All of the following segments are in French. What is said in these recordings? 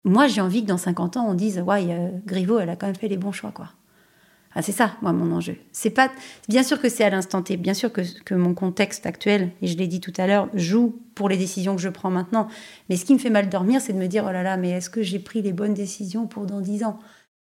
Moi, j'ai envie que dans 50 ans, on dise « Ouais, Griveau, elle a quand même fait les bons choix, quoi. » C'est ça, moi, mon enjeu. C'est pas... Bien sûr que c'est à l'instant T, bien sûr que mon contexte actuel, et je l'ai dit tout à l'heure, joue pour les décisions que je prends maintenant. Mais ce qui me fait mal dormir, c'est de me dire « Oh là là, mais est-ce que j'ai pris les bonnes décisions pour dans 10 ans ?»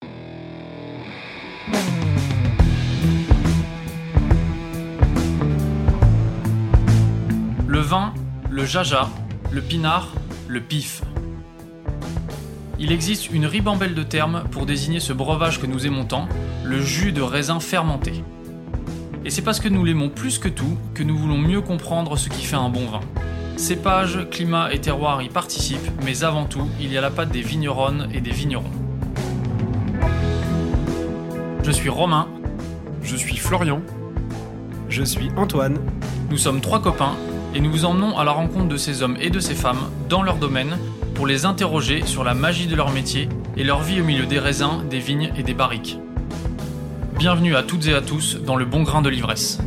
Le vin, le jaja, le pinard, le pif. Il existe une ribambelle de termes pour désigner ce breuvage que nous aimons tant, le jus de raisin fermenté. Et c'est parce que nous l'aimons plus que tout que nous voulons mieux comprendre ce qui fait un bon vin. Cépage, climat et terroir y participent, mais avant tout, il y a la patte des vigneronnes et des vignerons. Je suis Romain. Je suis Florian. Je suis Antoine. Nous sommes 3 copains et nous vous emmenons à la rencontre de ces hommes et de ces femmes dans leur domaine pour les interroger sur la magie de leur métier et leur vie au milieu des raisins, des vignes et des barriques. Bienvenue à toutes et à tous dans le bon grain de l'ivresse.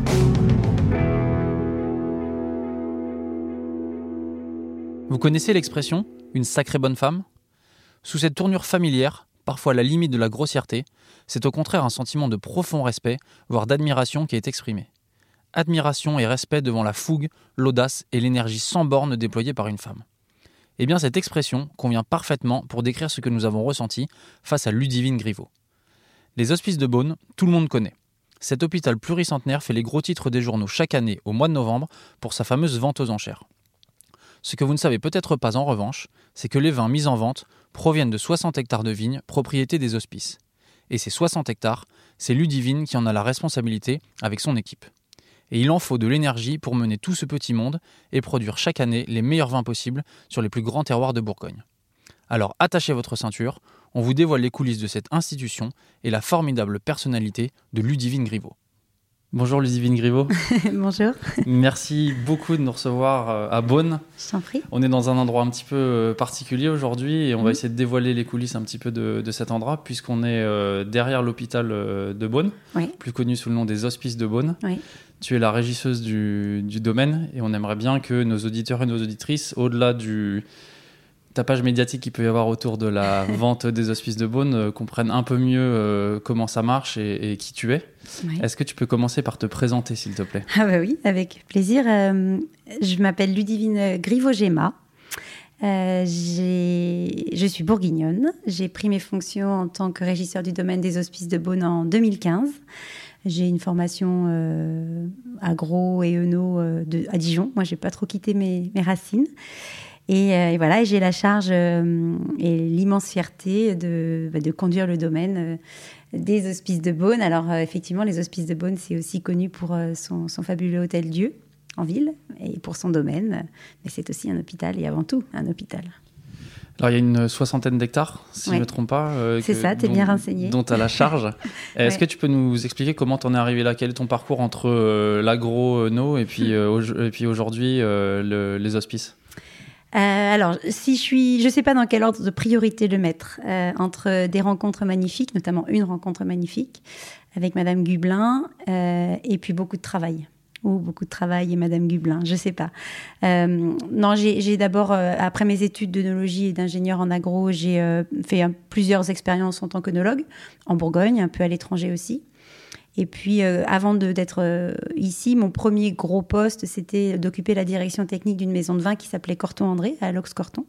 Vous connaissez l'expression « une sacrée bonne femme » ? Sous cette tournure familière, parfois à la limite de la grossièreté, c'est au contraire un sentiment de profond respect, voire d'admiration qui est exprimé. Admiration et respect devant la fougue, l'audace et l'énergie sans borne déployée par une femme. Eh bien, cette expression convient parfaitement pour décrire ce que nous avons ressenti face à Ludivine Griveau. Les Hospices de Beaune, tout le monde connaît. Cet hôpital pluricentenaire fait les gros titres des journaux chaque année au mois de novembre pour sa fameuse vente aux enchères. Ce que vous ne savez peut-être pas en revanche, c'est que les vins mis en vente proviennent de 60 hectares de vignes, propriété des Hospices. Et ces 60 hectares, c'est Ludivine qui en a la responsabilité avec son équipe. Et il en faut de l'énergie pour mener tout ce petit monde et produire chaque année les meilleurs vins possibles sur les plus grands terroirs de Bourgogne. Alors attachez votre ceinture, on vous dévoile les coulisses de cette institution et la formidable personnalité de Ludivine Griveau. Bonjour Ludivine Griveau. Bonjour. Merci beaucoup de nous recevoir à Beaune. Je t'en prie. On est dans un endroit un petit peu particulier aujourd'hui et on va essayer de dévoiler les coulisses un petit peu de cet endroit puisqu'on est derrière l'hôpital de Beaune, Oui. plus connu sous le nom des Hospices de Beaune. Oui. Tu es la régisseuse du domaine et on aimerait bien que nos auditeurs et nos auditrices, au-delà du tapage médiatique qu'il peut y avoir autour de la vente des Hospices de Beaune, comprennent un peu mieux comment ça marche et qui tu es. Oui. Est-ce que tu peux commencer par te présenter, s'il te plaît ? Ah bah oui, avec plaisir. Je m'appelle Ludivine Griveau-Géma. Je suis bourguignonne. J'ai pris mes fonctions en tant que régisseur du domaine des Hospices de Beaune en 2015. J'ai une formation agro et œno à Dijon. Moi, je n'ai pas trop quitté mes racines. Et voilà, et j'ai la charge et l'immense fierté de conduire le domaine des Hospices de Beaune. Alors, effectivement, les Hospices de Beaune, c'est aussi connu pour son fabuleux hôtel Dieu en ville et pour son domaine. Mais c'est aussi un hôpital et avant tout un hôpital. Alors, il y a une 60aine d'hectares, si je ne me trompe pas. C'est ça, tu es bien renseigné. Dont tu as la charge. Est-ce que tu peux nous expliquer comment tu en es arrivé là ? Quel est ton parcours entre l'agro-no et puis aujourd'hui les hospices ? Alors, je ne sais pas dans quel ordre de priorité le mettre. Entre des rencontres magnifiques, notamment une rencontre magnifique avec Madame Gublin, et puis beaucoup de travail. Ou beaucoup de travail et Madame Gublin, je ne sais pas. Non, j'ai d'abord, après mes études d'œnologie et d'ingénieur en agro, j'ai fait plusieurs expériences en tant qu'œnologue, en Bourgogne, un peu à l'étranger aussi. Et puis, avant d'être ici, mon premier gros poste, c'était d'occuper la direction technique d'une maison de vin qui s'appelait Corton-André, à Lox-Corton,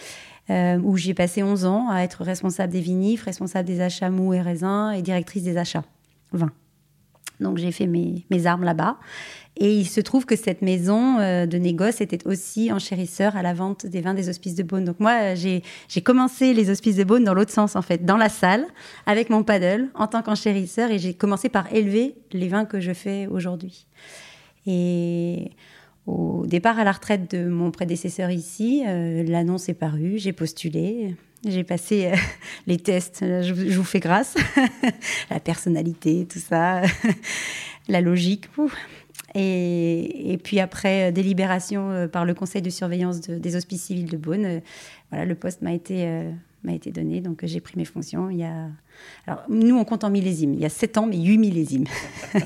où j'ai passé 11 ans à être responsable des vinifs, responsable des achats mous et raisins et directrice des achats vins. Donc, j'ai fait mes armes là-bas. Et il se trouve que cette maison de négoce était aussi enchérisseur à la vente des vins des Hospices de Beaune. Donc moi, j'ai commencé les Hospices de Beaune dans l'autre sens, en fait, dans la salle, avec mon paddle, en tant qu'enchérisseur. Et j'ai commencé par élever les vins que je fais aujourd'hui. Et au départ à la retraite de mon prédécesseur ici, l'annonce est parue, j'ai postulé. J'ai passé les tests, je vous fais grâce, la personnalité, tout ça, la logique. Et puis après délibération par le conseil de surveillance des Hospices civils de Beaune, voilà, le poste m'a été donné, donc j'ai pris mes fonctions. Alors, nous, on compte en millésimes. Il y a 7 ans, mais 8 millésimes.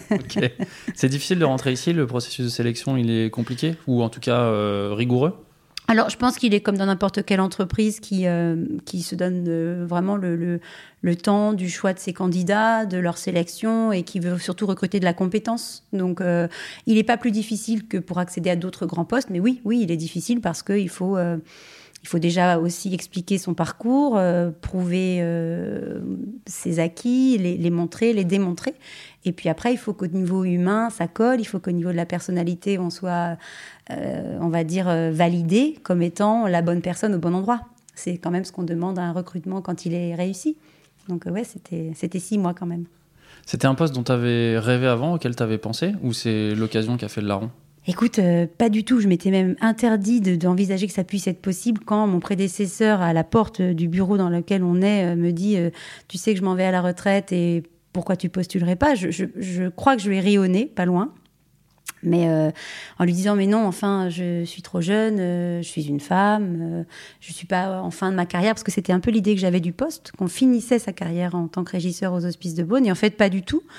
Ok. C'est difficile de rentrer ici, le processus de sélection, il est compliqué ou en tout cas rigoureux ? Alors, je pense qu'il est comme dans n'importe quelle entreprise qui se donne vraiment le temps du choix de ses candidats, de leur sélection et qui veut surtout recruter de la compétence. Donc, il n'est pas plus difficile que pour accéder à d'autres grands postes. Mais oui, il est difficile parce qu'il faut déjà aussi expliquer son parcours, prouver ses acquis, les montrer, les démontrer. Et puis après, il faut qu'au niveau humain, ça colle. Il faut qu'au niveau de la personnalité, on soit, on va dire, validé comme étant la bonne personne au bon endroit. C'est quand même ce qu'on demande à un recrutement quand il est réussi. Donc ouais, c'était 6 mois quand même. C'était un poste dont tu avais rêvé avant, auquel tu avais pensé, ou c'est l'occasion qui a fait le larron ? Écoute, pas du tout. Je m'étais même interdit d'envisager que ça puisse être possible quand mon prédécesseur, à la porte du bureau dans lequel on est, me dit « Tu sais que je m'en vais à la retraite et pourquoi tu postulerais pas ?» Je crois que je lui ai ri au nez, pas loin. Mais en lui disant « Mais non, enfin, je suis trop jeune, je suis une femme, je suis pas en fin de ma carrière. » Parce que c'était un peu l'idée que j'avais du poste, qu'on finissait sa carrière en tant que régisseur aux Hospices de Beaune. Et en fait, pas du tout.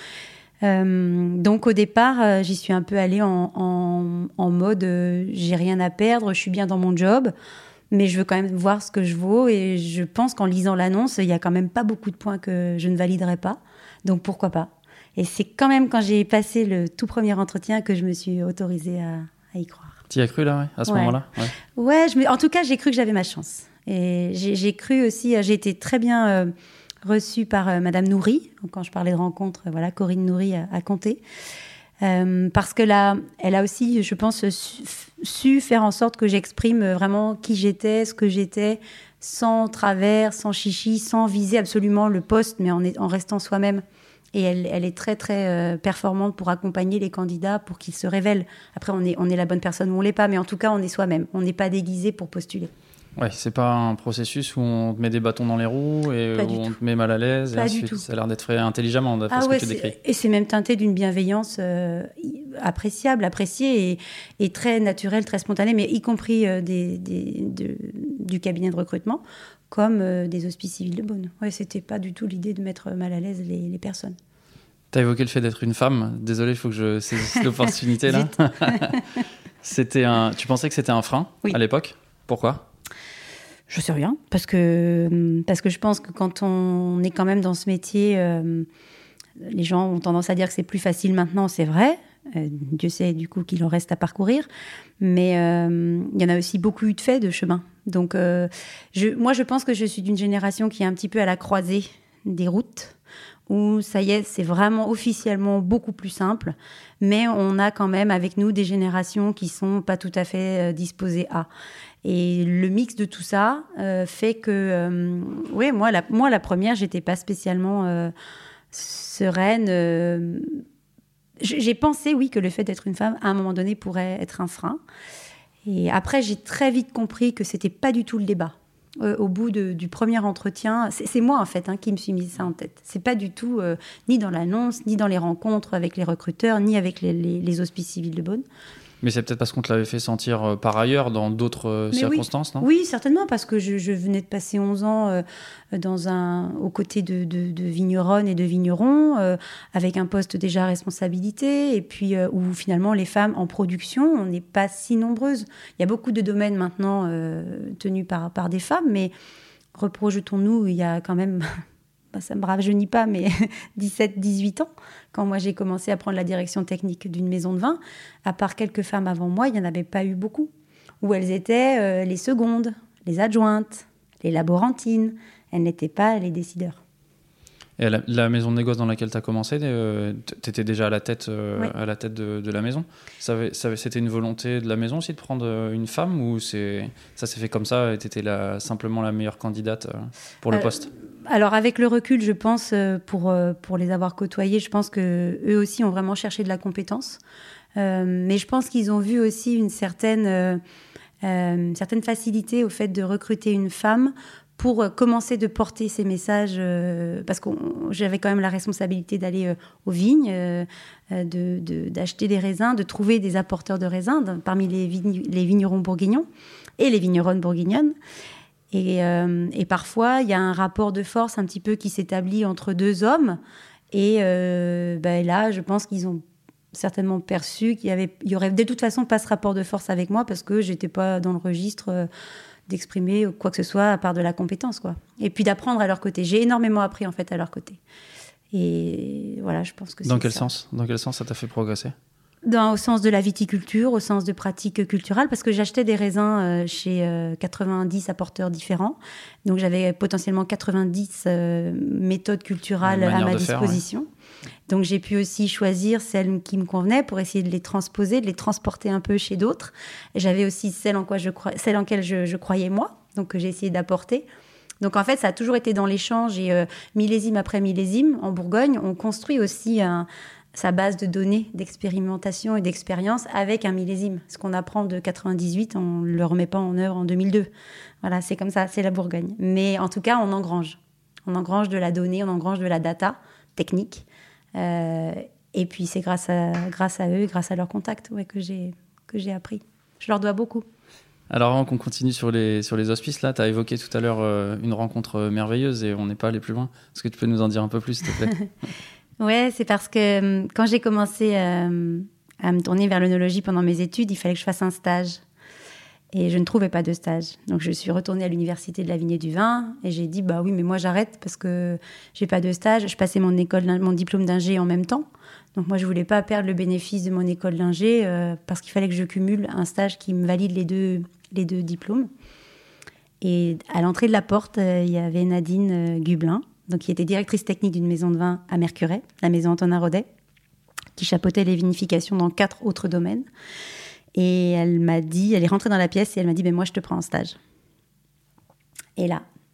Donc au départ, j'y suis un peu allée en mode j'ai rien à perdre, je suis bien dans mon job, mais je veux quand même voir ce que je vaux et je pense qu'en lisant l'annonce, il y a quand même pas beaucoup de points que je ne validerai pas, donc pourquoi pas. Et c'est quand même quand j'ai passé le tout premier entretien que je me suis autorisée à y croire. Tu y as cru là, à ce moment-là ? Ouais, en tout cas j'ai cru que j'avais ma chance. Et j'ai cru aussi, j'ai été très bien reçue par Madame Nourry, quand je parlais de rencontre, voilà, Corinne Nourry à Comté, parce que là, elle a aussi, je pense, su faire en sorte que j'exprime vraiment qui j'étais, ce que j'étais, sans travers, sans chichi, sans viser absolument le poste, mais en restant soi-même. Et elle est très, très performante pour accompagner les candidats, pour qu'ils se révèlent. Après, on est la bonne personne ou on ne l'est pas, mais en tout cas, on est soi-même. On n'est pas déguisé pour postuler. Ouais, c'est pas un processus où on te met des bâtons dans les roues et où on te met mal à l'aise. Pas et du ensuite, tout. ça a l'air d'être fait intelligemment, d'après ce que tu décris. Et c'est même teinté d'une bienveillance appréciable, appréciée et très naturelle, très spontanée, mais y compris du cabinet de recrutement, comme des Hospices civils de Beaune. Ouais, c'était pas du tout l'idée de mettre mal à l'aise les personnes. Tu as évoqué le fait d'être une femme. Désolé, il faut que je saisisse l'opportunité là. Tu pensais que c'était un frein à l'époque ? Pourquoi ? Je sais rien, parce que je pense que quand on est quand même dans ce métier, les gens ont tendance à dire que c'est plus facile maintenant, c'est vrai. Dieu sait du coup qu'il en reste à parcourir, mais il y en a aussi beaucoup eu de faits de chemin. Donc moi je pense que je suis d'une génération qui est un petit peu à la croisée des routes, où ça y est, c'est vraiment officiellement beaucoup plus simple, mais on a quand même avec nous des générations qui sont pas tout à fait disposées à. Et le mix de tout ça fait que, moi la première, j'étais pas spécialement sereine. J'ai pensé, oui, que le fait d'être une femme, à un moment donné, pourrait être un frein. Et après, j'ai très vite compris que c'était pas du tout le débat. Au bout du premier entretien, c'est moi en fait qui me suis mis ça en tête. C'est pas du tout ni dans l'annonce, ni dans les rencontres avec les recruteurs, ni avec les Hospices civils de Beaune. Mais c'est peut-être parce qu'on te l'avait fait sentir par ailleurs dans d'autres circonstances, non ? Oui, certainement, parce que je venais de passer 11 ans aux côtés de vigneronnes et de vignerons, avec un poste déjà à responsabilité, et puis où finalement les femmes en production, on n'est pas si nombreuses. Il y a beaucoup de domaines maintenant tenus par des femmes, mais reprojetons-nous, il y a quand même... ça ne me rajeunit pas, mais 17-18 ans, quand moi j'ai commencé à prendre la direction technique d'une maison de vin, à part quelques femmes avant moi, il n'y en avait pas eu beaucoup. Où elles étaient les secondes, les adjointes, les laborantines. Elles n'étaient pas les décideurs. Et la maison de négoce dans laquelle tu as commencé, tu étais déjà à la tête de la maison. C'était une volonté de la maison aussi de prendre une femme, ou ça s'est fait comme ça et tu étais simplement la meilleure candidate pour le poste ? Alors avec le recul, je pense, pour les avoir côtoyés, je pense qu'eux aussi ont vraiment cherché de la compétence. Mais je pense qu'ils ont vu aussi une certaine facilité au fait de recruter une femme pour commencer de porter ces messages, parce que j'avais quand même la responsabilité d'aller aux vignes, d'acheter des raisins, de trouver des apporteurs de raisins parmi les vignerons bourguignons et les vigneronnes bourguignonnes. Et parfois, il y a un rapport de force un petit peu qui s'établit entre deux hommes. Et là, je pense qu'ils ont certainement perçu qu'il y aurait de toute façon pas ce rapport de force avec moi parce que j'étais pas dans le registre d'exprimer quoi que ce soit à part de la compétence, quoi. Et puis d'apprendre à leur côté. J'ai énormément appris en fait à leur côté. Et voilà, je pense que Dans quel sens ça t'a fait progresser ? Au sens de la viticulture, au sens de pratiques culturales, parce que j'achetais des raisins chez 90 apporteurs différents. Donc j'avais potentiellement 90 méthodes culturales à ma disposition. Ouais. Donc j'ai pu aussi choisir celles qui me convenaient pour essayer de les transposer, de les transporter un peu chez d'autres. Et j'avais aussi celles en quelles je croyais moi, donc que j'ai essayé d'apporter. Donc en fait, ça a toujours été dans l'échange et millésime après millésime, en Bourgogne, on construit aussi sa base de données d'expérimentation et d'expérience avec un millésime. Ce qu'on apprend de 98, on ne le remet pas en œuvre en 2002. Voilà, c'est comme ça, c'est la Bourgogne. Mais en tout cas, on engrange. On engrange de la donnée, on engrange de la data technique. Et puis, c'est grâce à eux, grâce à leur contact que j'ai appris. Je leur dois beaucoup. Alors, avant qu'on continue sur les hospices, là, tu as évoqué tout à l'heure une rencontre merveilleuse et on n'est pas allé plus loin. Est-ce que tu peux nous en dire un peu plus, s'il te plaît ? Ouais, c'est parce que quand j'ai commencé à me tourner vers l'œnologie pendant mes études, il fallait que je fasse un stage. Et je ne trouvais pas de stage. Donc, je suis retournée à l'université de la Vigne et du Vin et j'ai dit, bah oui, mais moi, j'arrête parce que j'ai pas de stage. Je passais mon diplôme d'ingé en même temps. Donc, moi, je voulais pas perdre le bénéfice de mon école d'ingé parce qu'il fallait que je cumule un stage qui me valide les deux diplômes. Et à l'entrée de la porte, il y avait Nadine Gublin, donc qui était directrice technique d'une maison de vin à Mercurey, la maison Antonin Rodet, qui chapeautait les vinifications dans 4 autres domaines. Et elle est rentrée dans la pièce et elle m'a dit, moi, je te prends en stage. Et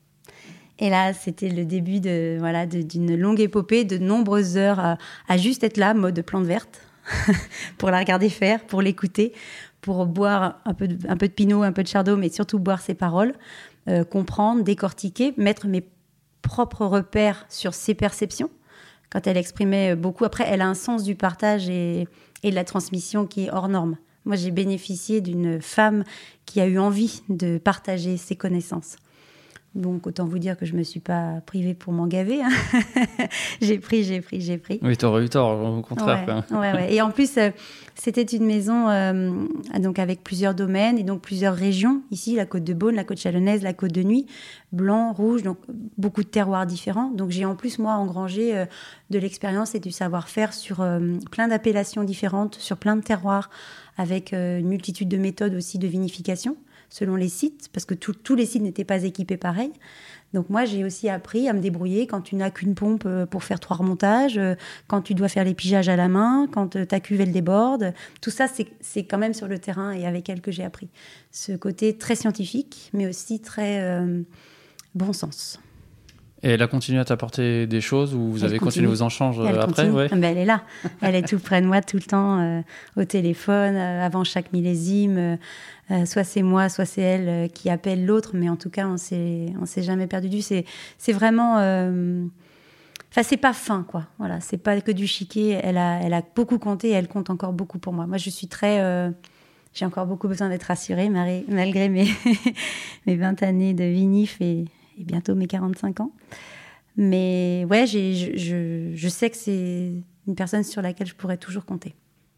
là, c'était le début d'une longue épopée, de nombreuses heures à juste être là, mode plante verte, pour la regarder faire, pour l'écouter, pour boire un peu de pinot, un peu de chardonnay, mais surtout boire ses paroles, comprendre, décortiquer, mettre mes propres repères sur ses perceptions. Quand elle exprimait beaucoup, après, elle a un sens du partage et de la transmission qui est hors norme. Moi, j'ai bénéficié d'une femme qui a eu envie de partager ses connaissances. Donc, autant vous dire que je ne me suis pas privée pour m'en gaver. Hein. J'ai pris. Oui, tu aurais eu tort, au contraire. Ouais. Et en plus, c'était une maison donc avec plusieurs domaines et donc plusieurs régions. Ici, la côte de Beaune, la côte chalonnaise, la côte de Nuit, blanc, rouge, donc beaucoup de terroirs différents. Donc, j'ai en plus, moi, engrangé de l'expérience et du savoir-faire sur plein d'appellations différentes, sur plein de terroirs, avec une multitude de méthodes aussi de vinification, selon les sites, parce que tous les sites n'étaient pas équipés pareil. Donc moi, j'ai aussi appris à me débrouiller quand tu n'as qu'une pompe pour faire 3 remontages, quand tu dois faire les pigeages à la main, quand ta cuve, elle déborde. Tout ça, c'est quand même sur le terrain et avec elle que j'ai appris. Ce côté très scientifique, mais aussi très bon sens. Et elle a continué à t'apporter des choses ou vous avez continué vos échanges après ? Ouais. Elle est là. Elle est tout près de moi tout le temps, au téléphone, avant chaque millésime. Soit c'est moi, soit c'est elle qui appelle l'autre. Mais en tout cas, on s'est jamais perdu de vue. C'est vraiment... Enfin, c'est pas fin, quoi. Voilà, c'est pas que du chiquet. Elle a beaucoup compté et elle compte encore beaucoup pour moi. Moi, je suis très... j'ai encore beaucoup besoin d'être rassurée, malgré mes 20 années de vinif et bientôt mes 45 ans. Mais ouais, je sais que c'est une personne sur laquelle je pourrais toujours compter.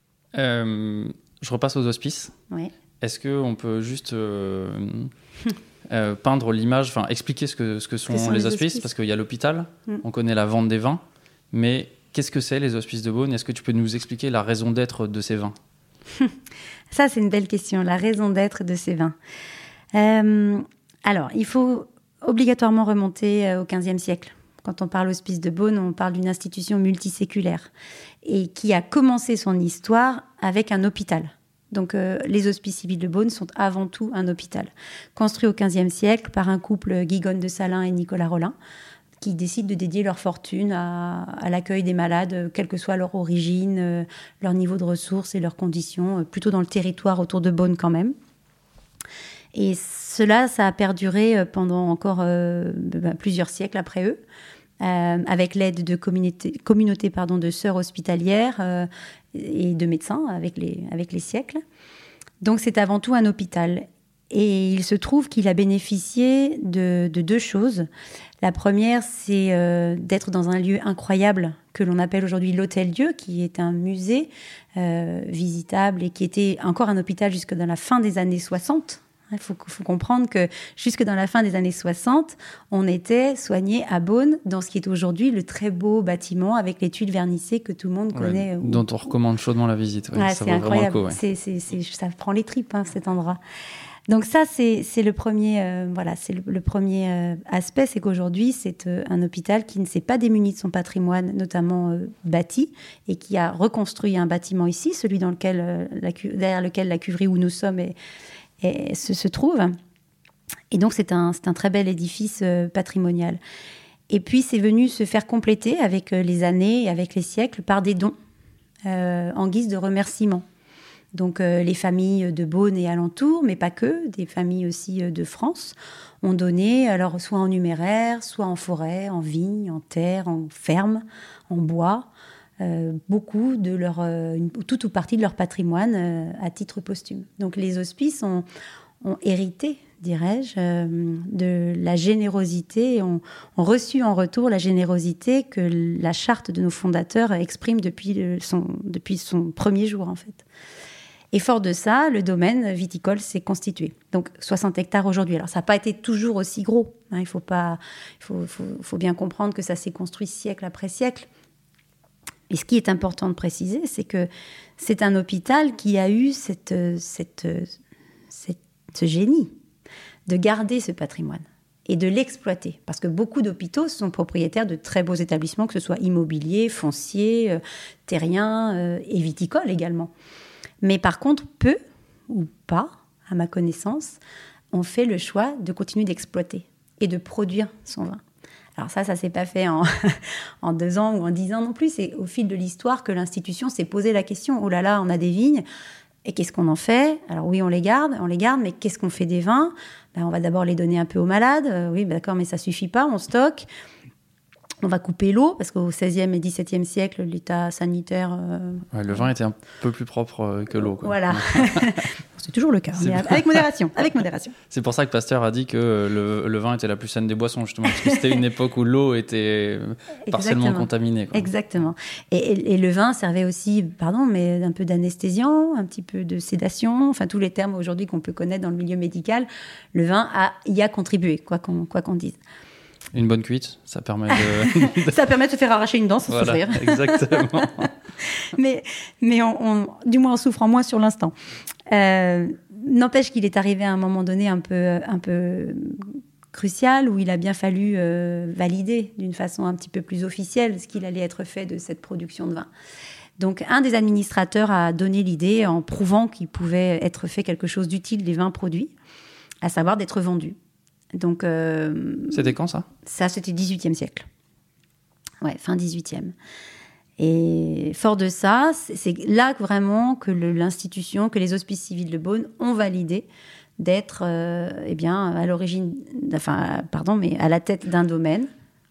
Je repasse aux hospices. Ouais. Est-ce qu'on peut juste peindre l'image, enfin expliquer ce que sont les hospices ? Parce qu'il y a l'hôpital, on connaît la vente des vins, mais qu'est-ce que c'est les hospices de Beaune ? Est-ce que tu peux nous expliquer la raison d'être de ces vins ? Ça, c'est une belle question, la raison d'être de ces vins. Alors, il faut obligatoirement remonter au XVe siècle. Quand on parle hospice de Beaune, on parle d'une institution multiséculaire et qui a commencé son histoire avec un hôpital. Donc, les hospices civils de Beaune sont avant tout un hôpital, construit au XVe siècle par un couple, Guigone de Salins et Nicolas Rollin, qui décident de dédier leur fortune à l'accueil des malades, quelle que soit leur origine, leur niveau de ressources et leurs conditions, plutôt dans le territoire autour de Beaune quand même. Et cela, ça a perduré pendant encore plusieurs siècles après eux, avec l'aide de communautés de sœurs hospitalières et de médecins avec les siècles. Donc c'est avant tout un hôpital. Et il se trouve qu'il a bénéficié de 2 choses. La première, c'est d'être dans un lieu incroyable que l'on appelle aujourd'hui l'Hôtel-Dieu, qui est un musée visitable et qui était encore un hôpital jusque dans la fin des années 60. Il faut comprendre que jusque dans la fin des années 60, on était soigné à Beaune, dans ce qui est aujourd'hui le très beau bâtiment avec les tuiles vernissées que tout le monde connaît. Dont on recommande chaudement la visite. Ouais, c'est incroyable. Coup, ouais. Ça prend les tripes, cet endroit. Donc ça, c'est le premier, le premier aspect, c'est qu'aujourd'hui, c'est un hôpital qui ne s'est pas démuni de son patrimoine, notamment bâti, et qui a reconstruit un bâtiment ici, celui dans lequel, derrière lequel la cuverie où nous sommes se trouve. Et donc, c'est un très bel édifice patrimonial. Et puis, c'est venu se faire compléter avec les années et avec les siècles par des dons en guise de remerciement. Donc, les familles de Beaune et alentours, mais pas que, des familles aussi de France, ont donné, alors soit en numéraire, soit en forêt, en vigne, en terre, en ferme, en bois, beaucoup de leur, toute ou partie de leur patrimoine à titre posthume. Donc, les hospices ont hérité, dirais-je, de la générosité, ont reçu en retour la générosité que la charte de nos fondateurs exprime depuis son premier jour, en fait. Et fort de ça, le domaine viticole s'est constitué. Donc 60 hectares aujourd'hui. Alors ça n'a pas été toujours aussi gros. Il faut bien comprendre que ça s'est construit siècle après siècle. Et ce qui est important de préciser, c'est que c'est un hôpital qui a eu ce génie de garder ce patrimoine et de l'exploiter. Parce que beaucoup d'hôpitaux sont propriétaires de très beaux établissements, que ce soit immobiliers, fonciers, terriens et viticoles également. Mais par contre, peu ou pas, à ma connaissance, ont fait le choix de continuer d'exploiter et de produire son vin. Alors ça s'est pas fait en 2 ans ou en 10 ans non plus. C'est au fil de l'histoire que l'institution s'est posé la question. Oh là là, on a des vignes, et qu'est-ce qu'on en fait ? Alors oui, on les garde, mais qu'est-ce qu'on fait des vins ? On va d'abord les donner un peu aux malades. Oui, d'accord, mais ça suffit pas, on stocke. On va couper l'eau, parce qu'au XVIe et XVIIe siècle, l'état sanitaire... le vin était un peu plus propre que l'eau, quoi. Voilà. C'est toujours le cas, mais avec modération. C'est pour ça que Pasteur a dit que le vin était la plus saine des boissons, justement, parce que c'était une époque où l'eau était partiellement contaminée, quoi. Exactement. Et le vin servait aussi, mais un peu d'anesthésiant, un petit peu de sédation, enfin tous les termes aujourd'hui qu'on peut connaître dans le milieu médical. Le vin y a contribué, quoi qu'on dise. Une bonne cuite, ça permet de... Ça permet de se faire arracher une dent sans souffrir. Exactement. mais du moins en souffrant moins sur l'instant. N'empêche qu'il est arrivé à un moment donné un peu crucial, où il a bien fallu valider d'une façon un petit peu plus officielle ce qu'il allait être fait de cette production de vin. Donc un des administrateurs a donné l'idée, en prouvant qu'il pouvait être fait quelque chose d'utile des vins produits, à savoir d'être vendus. Donc, c'était quand ça ? Ça, c'était 18e siècle. Ouais, fin 18e. Et fort de ça, c'est là vraiment que l'institution, que les hospices civils de Beaune ont validé d'être à l'origine, mais à la tête d'un domaine.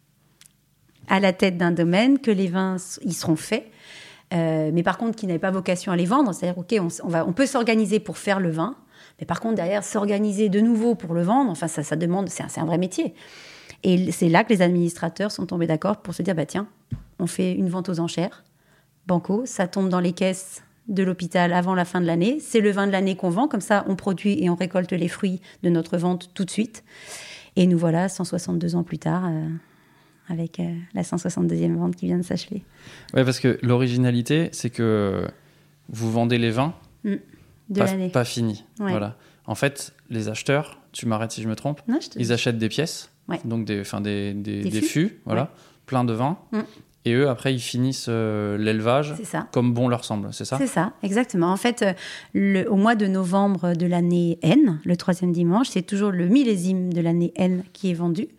À la tête d'un domaine, que les vins y seront faits. Mais par contre, qui n'avait pas vocation à les vendre. C'est-à-dire, on peut s'organiser pour faire le vin. Mais par contre, derrière, s'organiser de nouveau pour le vendre, enfin, ça demande, c'est un vrai métier. Et c'est là que les administrateurs sont tombés d'accord pour se dire, tiens, on fait une vente aux enchères, banco, ça tombe dans les caisses de l'hôpital avant la fin de l'année. C'est le vin de l'année qu'on vend, comme ça, on produit et on récolte les fruits de notre vente tout de suite. Et nous voilà 162 ans plus tard, avec la 162e vente qui vient de s'achever. Oui, parce que l'originalité, c'est que vous vendez les vins de l'année. Pas fini. Ouais. Voilà. En fait, les acheteurs, tu m'arrêtes si je me trompe, ils achètent des pièces, donc des fûts, voilà, plein de vin. Et eux, après, ils finissent l'élevage comme bon leur semble, c'est ça ? C'est ça, exactement. En fait, au mois de novembre de l'année N, le 3e dimanche, c'est toujours le millésime de l'année N qui est vendu.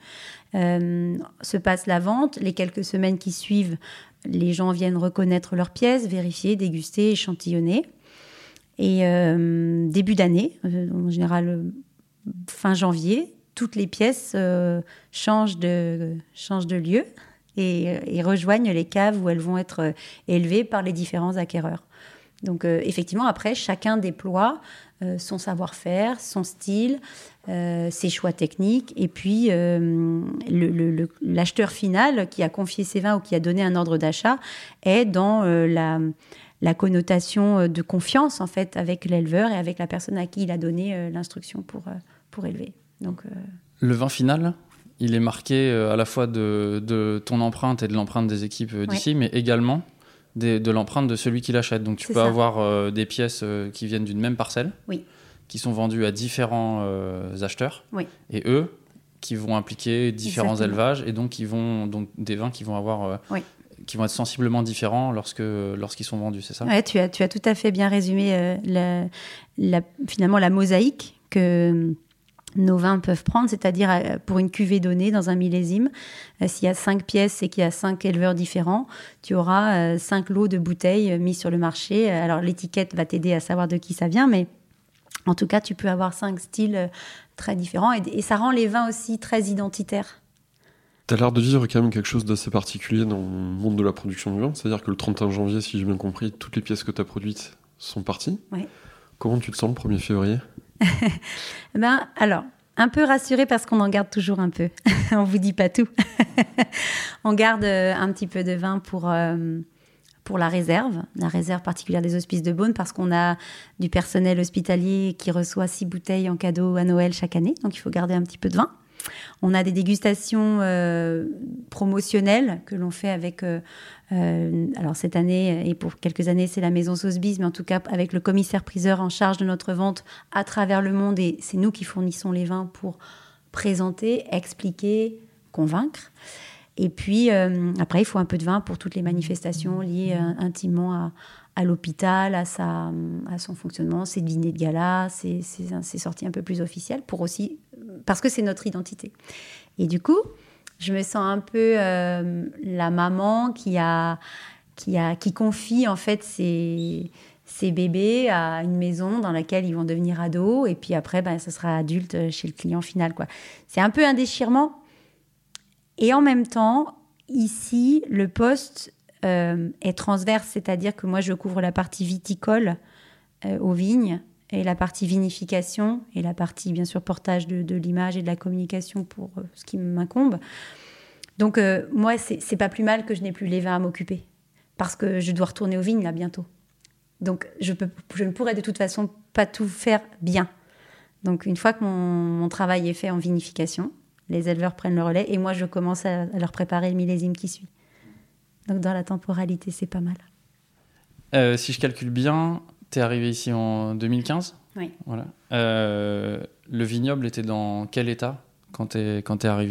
Se passe la vente. Les quelques semaines qui suivent, les gens viennent reconnaître leurs pièces, vérifier, déguster, échantillonner. Et début d'année, en général fin janvier, toutes les pièces changent de lieu et rejoignent les caves où elles vont être élevées par les différents acquéreurs. Donc, effectivement, après, chacun déploie son savoir-faire, son style, ses choix techniques. Et puis, l'acheteur final qui a confié ses vins ou qui a donné un ordre d'achat est dans la connotation de confiance, en fait, avec l'éleveur et avec la personne à qui il a donné l'instruction pour élever. Donc, Le vin final, il est marqué à la fois de ton empreinte et de l'empreinte des équipes d'ici, mais également de l'empreinte de celui qui l'achète. Donc tu peux avoir des pièces qui viennent d'une même parcelle, qui sont vendues à différents acheteurs, et eux qui vont impliquer différents élevages, et donc des vins qui vont avoir qui vont être sensiblement différents lorsqu'ils sont vendus, c'est ça ? Ouais, tu as tout à fait bien résumé finalement la mosaïque que nos vins peuvent prendre, c'est-à-dire pour une cuvée donnée dans un millésime, s'il y a 5 pièces et qu'il y a 5 éleveurs différents, tu auras 5 lots de bouteilles mis sur le marché. Alors l'étiquette va t'aider à savoir de qui ça vient, mais en tout cas tu peux avoir 5 styles très différents et ça rend les vins aussi très identitaires. Tu as l'air de vivre quand même quelque chose d'assez particulier dans le monde de la production du vin, c'est-à-dire que le 31 janvier, si j'ai bien compris, toutes les pièces que tu as produites sont parties. Oui. Comment tu te sens le 1er février ? Alors, un peu rassurée parce qu'on en garde toujours un peu. On vous dit pas tout. On garde un petit peu de vin pour la réserve particulière des Hospices de Beaune, parce qu'on a du personnel hospitalier qui reçoit 6 bouteilles en cadeau à Noël chaque année. Donc, il faut garder un petit peu de vin. On a des dégustations promotionnelles que l'on fait avec, alors cette année et pour quelques années, c'est la Maison Sotheby's, mais en tout cas avec le commissaire-priseur en charge de notre vente à travers le monde. Et c'est nous qui fournissons les vins pour présenter, expliquer, convaincre. Et puis, après, il faut un peu de vin pour toutes les manifestations liées intimement à l'hôpital, à son fonctionnement, ses dîners de gala, ses sorties un peu plus officielles, parce que c'est notre identité. Et du coup, je me sens un peu la maman qui confie en fait ses bébés à une maison dans laquelle ils vont devenir ados, et puis après, ça sera adulte chez le client final, quoi. C'est un peu un déchirement. Et en même temps, ici, le poste est transverse, c'est-à-dire que moi, je couvre la partie viticole aux vignes et la partie vinification et la partie, bien sûr, portage de l'image et de la communication pour ce qui m'incombe. Donc, moi, c'est pas plus mal que je n'ai plus les vins à m'occuper parce que je dois retourner aux vignes, là, bientôt. Donc, je ne pourrais de toute façon pas tout faire bien. Donc, une fois que mon travail est fait en vinification, les éleveurs prennent le relais et moi, je commence à leur préparer le millésime qui suit. Donc, dans la temporalité, c'est pas mal. Si je calcule bien, tu es arrivé ici en 2015 ? Oui. Voilà. Le vignoble était dans quel état quand tu es arrivé ?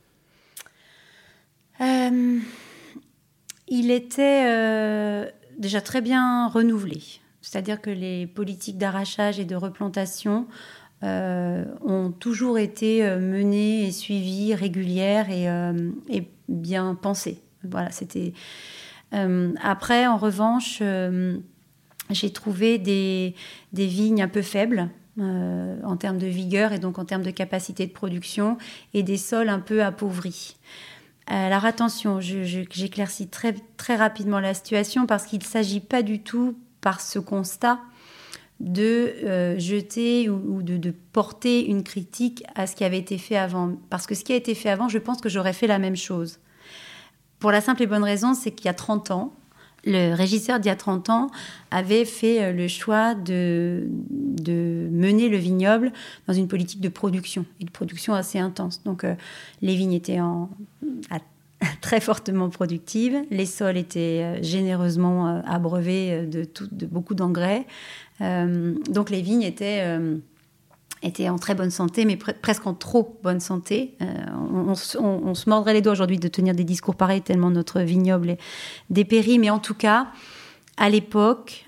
Il était déjà très bien renouvelé. C'est-à-dire que les politiques d'arrachage et de replantation ont toujours été menées et suivies, régulières et bien pensées. Voilà, c'était... Après, en revanche, j'ai trouvé des vignes un peu faibles en termes de vigueur et donc en termes de capacité de production et des sols un peu appauvris. Alors attention, j'éclaircis très, très rapidement la situation parce qu'il ne s'agit pas du tout, par ce constat, de jeter ou de porter une critique à ce qui avait été fait avant. Parce que ce qui a été fait avant, je pense que j'aurais fait la même chose. Pour la simple et bonne raison, c'est qu'il y a 30 ans, le régisseur d'il y a 30 ans avait fait le choix de mener le vignoble dans une politique de production, et de production assez intense. Donc les vignes étaient très fortement productives, les sols étaient généreusement abreuvés de beaucoup d'engrais. Donc les vignes étaient en très bonne santé, mais presque en trop bonne santé. On se mordrait les doigts aujourd'hui de tenir des discours pareils, tellement notre vignoble est dépéri. Mais en tout cas, à l'époque,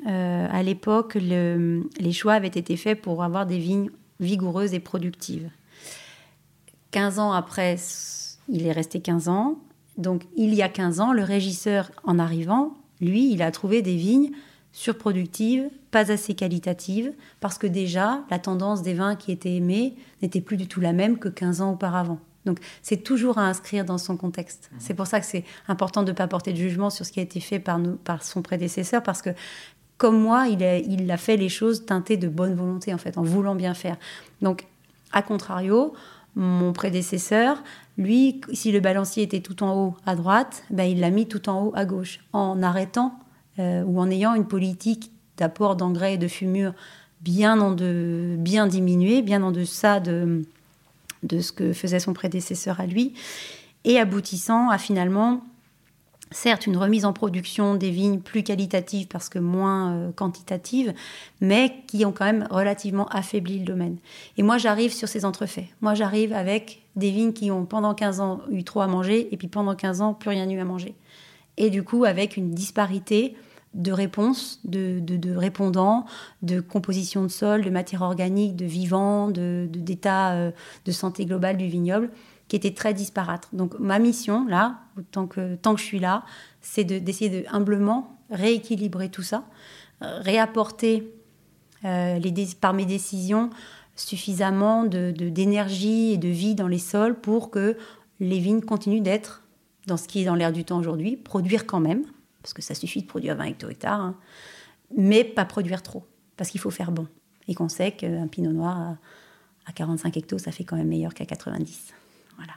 les choix avaient été faits pour avoir des vignes vigoureuses et productives. 15 ans après, il est resté 15 ans. Donc, il y a 15 ans, le régisseur, en arrivant, lui, il a trouvé des vignes surproductives, pas assez qualitatives, parce que déjà, la tendance des vins qui étaient aimés n'était plus du tout la même que 15 ans auparavant. Donc, c'est toujours à inscrire dans son contexte. C'est pour ça que c'est important de ne pas porter de jugement sur ce qui a été fait par son prédécesseur, parce que comme moi, il a fait les choses teintées de bonne volonté, en fait, en voulant bien faire. Donc, à contrario, mon prédécesseur, lui, si le balancier était tout en haut à droite, il l'a mis tout en haut à gauche, en arrêtant ou en ayant une politique d'apport d'engrais et de fumure bien diminuée, bien en deçà de ce que faisait son prédécesseur à lui, et aboutissant à finalement, certes, une remise en production des vignes plus qualitatives parce que moins quantitatives, mais qui ont quand même relativement affaibli le domaine. Et moi, j'arrive sur ces entrefaits. Moi, j'arrive avec des vignes qui ont pendant 15 ans eu trop à manger et puis pendant 15 ans, plus rien eu à manger. Et du coup, avec une disparité de réponses, de répondants, de composition de sol, de matière organique, de vivant, d'état de santé globale du vignoble, qui était très disparate. Donc ma mission, là, tant que je suis là, c'est d'essayer de humblement rééquilibrer tout ça, réapporter par mes décisions suffisamment d'énergie et de vie dans les sols pour que les vignes continuent d'être dans ce qui est dans l'air du temps aujourd'hui, produire quand même, parce que ça suffit de produire 20 hecto-hectares, hein, mais pas produire trop, parce qu'il faut faire bon. Et qu'on sait qu'un pinot noir à 45 hectos, ça fait quand même meilleur qu'à 90. Voilà.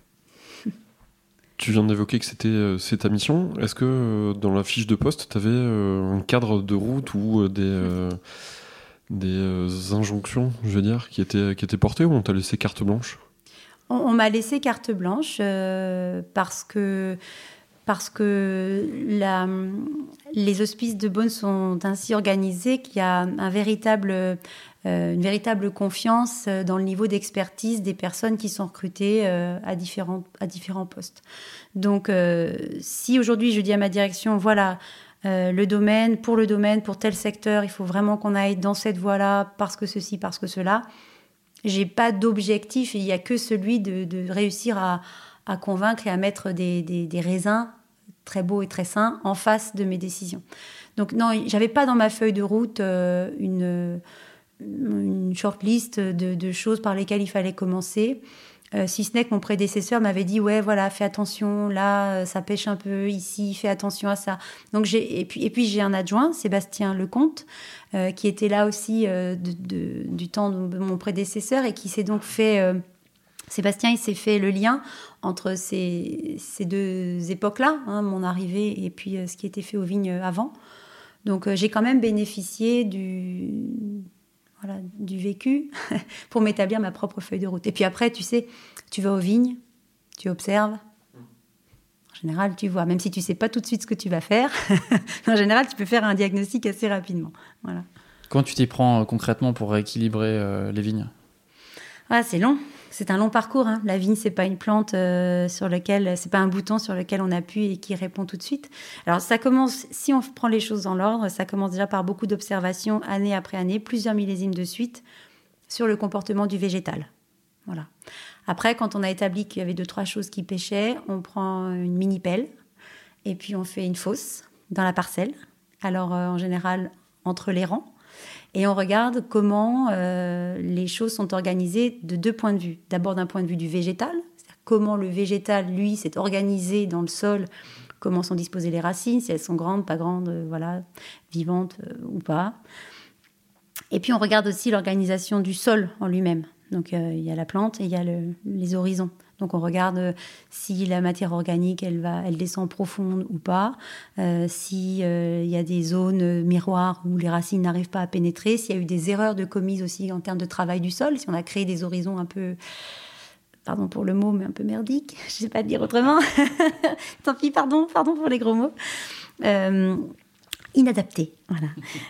Tu viens d'évoquer que c'est ta mission. Est-ce que dans la fiche de poste, tu avais un cadre de route ou des injonctions, je veux dire, qui étaient portées, ou on t'a laissé carte blanche ? On m'a laissé carte blanche parce que les hospices de Beaune sont ainsi organisés qu'il y a une véritable confiance dans le niveau d'expertise des personnes qui sont recrutées à différents postes. Donc, si aujourd'hui je dis à ma direction, voilà, le domaine, pour tel secteur, il faut vraiment qu'on aille dans cette voie-là, parce que ceci, parce que cela, j'ai pas d'objectif, il y a que celui de réussir à convaincre et à mettre des raisins très beaux et très sains en face de mes décisions. Donc non, j'avais pas dans ma feuille de route une shortlist de choses par lesquelles il fallait commencer, si ce n'est que mon prédécesseur m'avait dit ouais voilà, fais attention, là ça pêche un peu ici, fais attention à ça. Donc et puis j'ai un adjoint, Sébastien Lecomte, qui était là aussi du temps de mon prédécesseur et qui s'est donc fait Sébastien, il s'est fait le lien entre ces deux époques-là, hein, mon arrivée et puis ce qui était fait aux vignes avant. Donc j'ai quand même bénéficié du vécu pour m'établir ma propre feuille de route. Et puis après, tu sais, tu vas aux vignes, tu observes. En général, tu vois, même si tu ne sais pas tout de suite ce que tu vas faire, en général, tu peux faire un diagnostic assez rapidement. Voilà. Comment tu t'y prends concrètement pour rééquilibrer les vignes ? C'est long. C'est un long parcours. Hein. La vigne, c'est pas une plante c'est pas un bouton sur lequel on appuie et qui répond tout de suite. Alors ça commence, si on prend les choses dans l'ordre, ça commence déjà par beaucoup d'observations, année après année, plusieurs millésimes de suite, sur le comportement du végétal. Voilà. Après, quand on a établi qu'il y avait 2-3 choses qui pêchaient, on prend une mini-pelle et puis on fait une fosse dans la parcelle. Alors en général, entre les rangs. Et on regarde comment les choses sont organisées de 2 points de vue. D'abord d'un point de vue du végétal, c'est-à-dire comment le végétal, lui, s'est organisé dans le sol, comment sont disposées les racines, si elles sont grandes, pas grandes, vivantes ou pas. Et puis on regarde aussi l'organisation du sol en lui-même. Donc il y a la plante et il y a les horizons. Donc on regarde si la matière organique elle descend profonde ou pas, si y a des zones miroirs où les racines n'arrivent pas à pénétrer, s'il y a eu des erreurs de commises aussi en termes de travail du sol, si on a créé des horizons un peu, pardon pour le mot, mais un peu merdiques, je sais pas le dire autrement, tant pis, pardon pour les gros mots, inadaptés, voilà,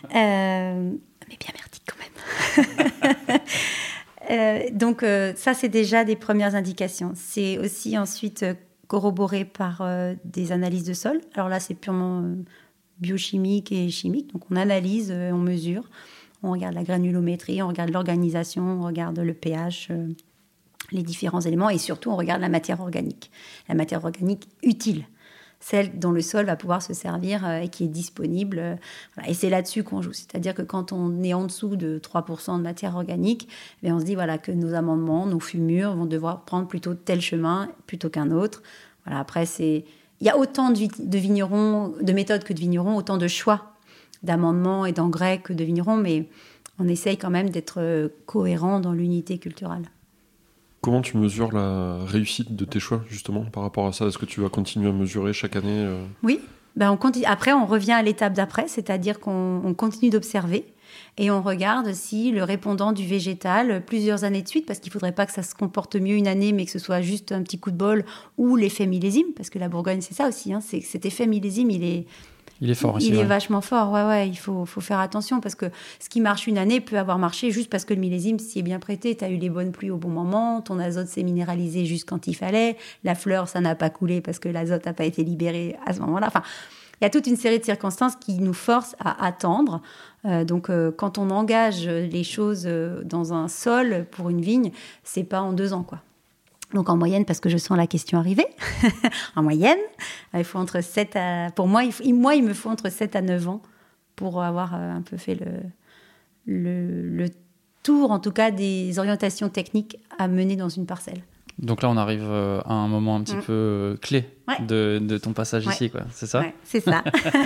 mais bien merdiques quand même. Donc ça, c'est déjà des premières indications. C'est aussi ensuite corroboré par des analyses de sol. Alors là, c'est purement biochimique et chimique. Donc on analyse, on mesure, on regarde la granulométrie, on regarde l'organisation, on regarde le pH, les différents éléments, et surtout on regarde la matière organique utile, celle dont le sol va pouvoir se servir et qui est disponible. Voilà. Et c'est là-dessus qu'on joue. C'est-à-dire que quand on est en dessous de 3% de matière organique, on se dit que nos amendements, nos fumures vont devoir prendre plutôt tel chemin plutôt qu'un autre. Voilà. Après, il y a autant de vignerons, de méthodes que de vignerons, autant de choix d'amendements et d'engrais que de vignerons, mais on essaye quand même d'être cohérent dans l'unité culturelle. Comment tu mesures la réussite de tes choix, justement, par rapport à ça? Est-ce que tu vas continuer à mesurer chaque année Oui. Ben, après, on revient à l'étape d'après, c'est-à-dire qu'on continue d'observer et on regarde si le répondant du végétal, plusieurs années de suite, parce qu'il ne faudrait pas que ça se comporte mieux une année, mais que ce soit juste un petit coup de bol, ou l'effet millésime, parce que la Bourgogne, c'est ça aussi, c'est que cet effet millésime, il est fort aussi. Il est vachement fort, ouais, il faut faire attention, parce que ce qui marche une année peut avoir marché juste parce que le millésime s'y est bien prêté. Tu as eu les bonnes pluies au bon moment, ton azote s'est minéralisé juste quand il fallait, la fleur, ça n'a pas coulé parce que l'azote n'a pas été libéré à ce moment-là. Enfin, il y a toute une série de circonstances qui nous forcent à attendre. Donc, quand on engage les choses dans un sol pour une vigne, c'est pas en 2 ans, quoi. Donc, en moyenne, parce que je sens la question arriver, en moyenne, il faut entre 7 à... Pour moi, il me faut entre 7 à 9 ans pour avoir un peu fait le tour, en tout cas, des orientations techniques à mener dans une parcelle. Donc là, on arrive à un moment un petit peu clé de ton passage ici, quoi. C'est ça? Ouais, c'est ça.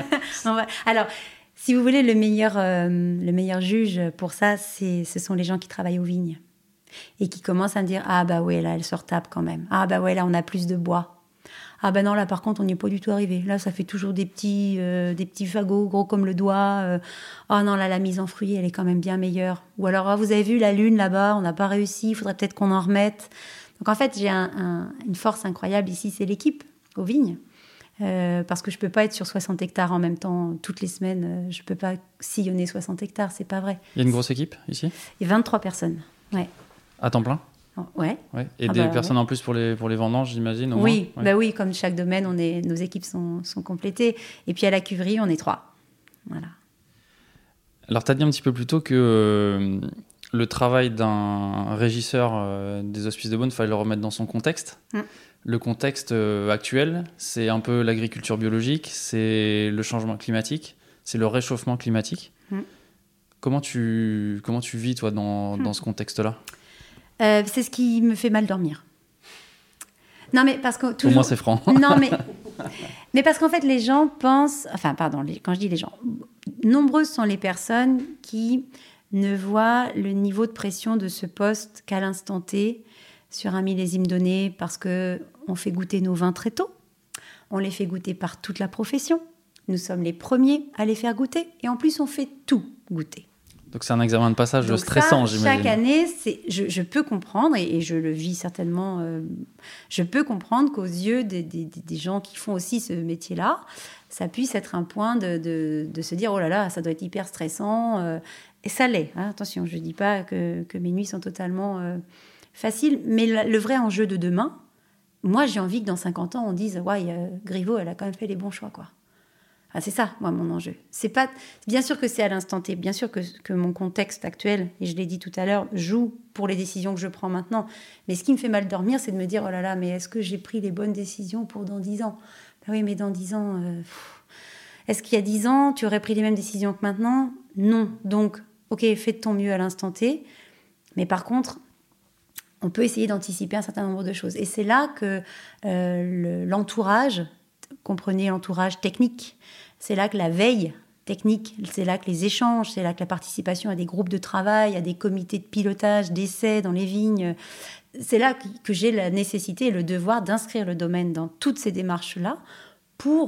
Alors, si vous voulez, le meilleur juge pour ça, ce sont les gens qui travaillent aux vignes et qui commencent à me dire « Ah bah ouais, là, elle se retape quand même. Ah bah ouais, là, on a plus de bois. Ah bah non, là, par contre, on n'y est pas du tout arrivé. Là, ça fait toujours des petits fagots gros comme le doigt. Ah non, là, la mise en fruits, elle est quand même bien meilleure. Ou alors, vous avez vu la lune là-bas, on n'a pas réussi, il faudrait peut-être qu'on en remette. » Donc en fait, j'ai une force incroyable ici, c'est l'équipe aux vignes. Parce que je ne peux pas être sur 60 hectares en même temps toutes les semaines. Je ne peux pas sillonner 60 hectares, c'est pas vrai. Il y a une grosse équipe ici? Il y a 23 personnes, ouais. À temps plein? Ouais. Et des personnes en plus pour les vendanges, j'imagine, au oui, moins? Ouais. Oui, comme chaque domaine, nos équipes sont complétées. Et puis à la cuverie, on est 3. Voilà. Alors, tu as dit un petit peu plus tôt que le travail d'un régisseur des Hospices de Beaune, il fallait le remettre dans son contexte. Le contexte actuel, c'est un peu l'agriculture biologique, c'est le changement climatique, c'est le réchauffement climatique. Comment tu vis, toi, dans ce contexte-là? C'est ce qui me fait mal dormir. Non, mais parce que toujours... Au moins, c'est franc. Non, mais parce qu'en fait, les gens pensent... Enfin, pardon, quand je dis les gens... Nombreuses sont les personnes qui ne voient le niveau de pression de ce poste qu'à l'instant T, sur un millésime donné, parce qu'on fait goûter nos vins très tôt. On les fait goûter par toute la profession. Nous sommes les premiers à les faire goûter. Et en plus, on fait tout goûter. Donc, c'est un examen de passage stressant, j'imagine. Chaque année, je peux comprendre, et je le vis certainement, je peux comprendre qu'aux yeux des gens qui font aussi ce métier-là, ça puisse être un point de se dire « Oh là là, ça doit être hyper stressant ». Et ça l'est. Hein, attention, je ne dis pas que mes nuits sont totalement faciles. Mais le vrai enjeu de demain, moi, j'ai envie que dans 50 ans, on dise « Ouais, Griveau, elle a quand même fait les bons choix, quoi ». Ah, c'est ça, moi, mon enjeu. C'est pas... Bien sûr que c'est à l'instant T, bien sûr que mon contexte actuel, et je l'ai dit tout à l'heure, joue pour les décisions que je prends maintenant. Mais ce qui me fait mal dormir, c'est de me dire, oh là là, mais est-ce que j'ai pris les bonnes décisions pour dans 10 ans? Ben oui, mais dans 10 ans... Est-ce qu'il y a 10 ans, tu aurais pris les mêmes décisions que maintenant? Non. Donc, ok, fais de ton mieux à l'instant T. Mais par contre, on peut essayer d'anticiper un certain nombre de choses. Et c'est là que l'entourage, comprenez l'entourage technique, c'est là que la veille technique, c'est là que les échanges, c'est là que la participation à des groupes de travail, à des comités de pilotage, d'essais dans les vignes, c'est là que j'ai la nécessité et le devoir d'inscrire le domaine dans toutes ces démarches-là pour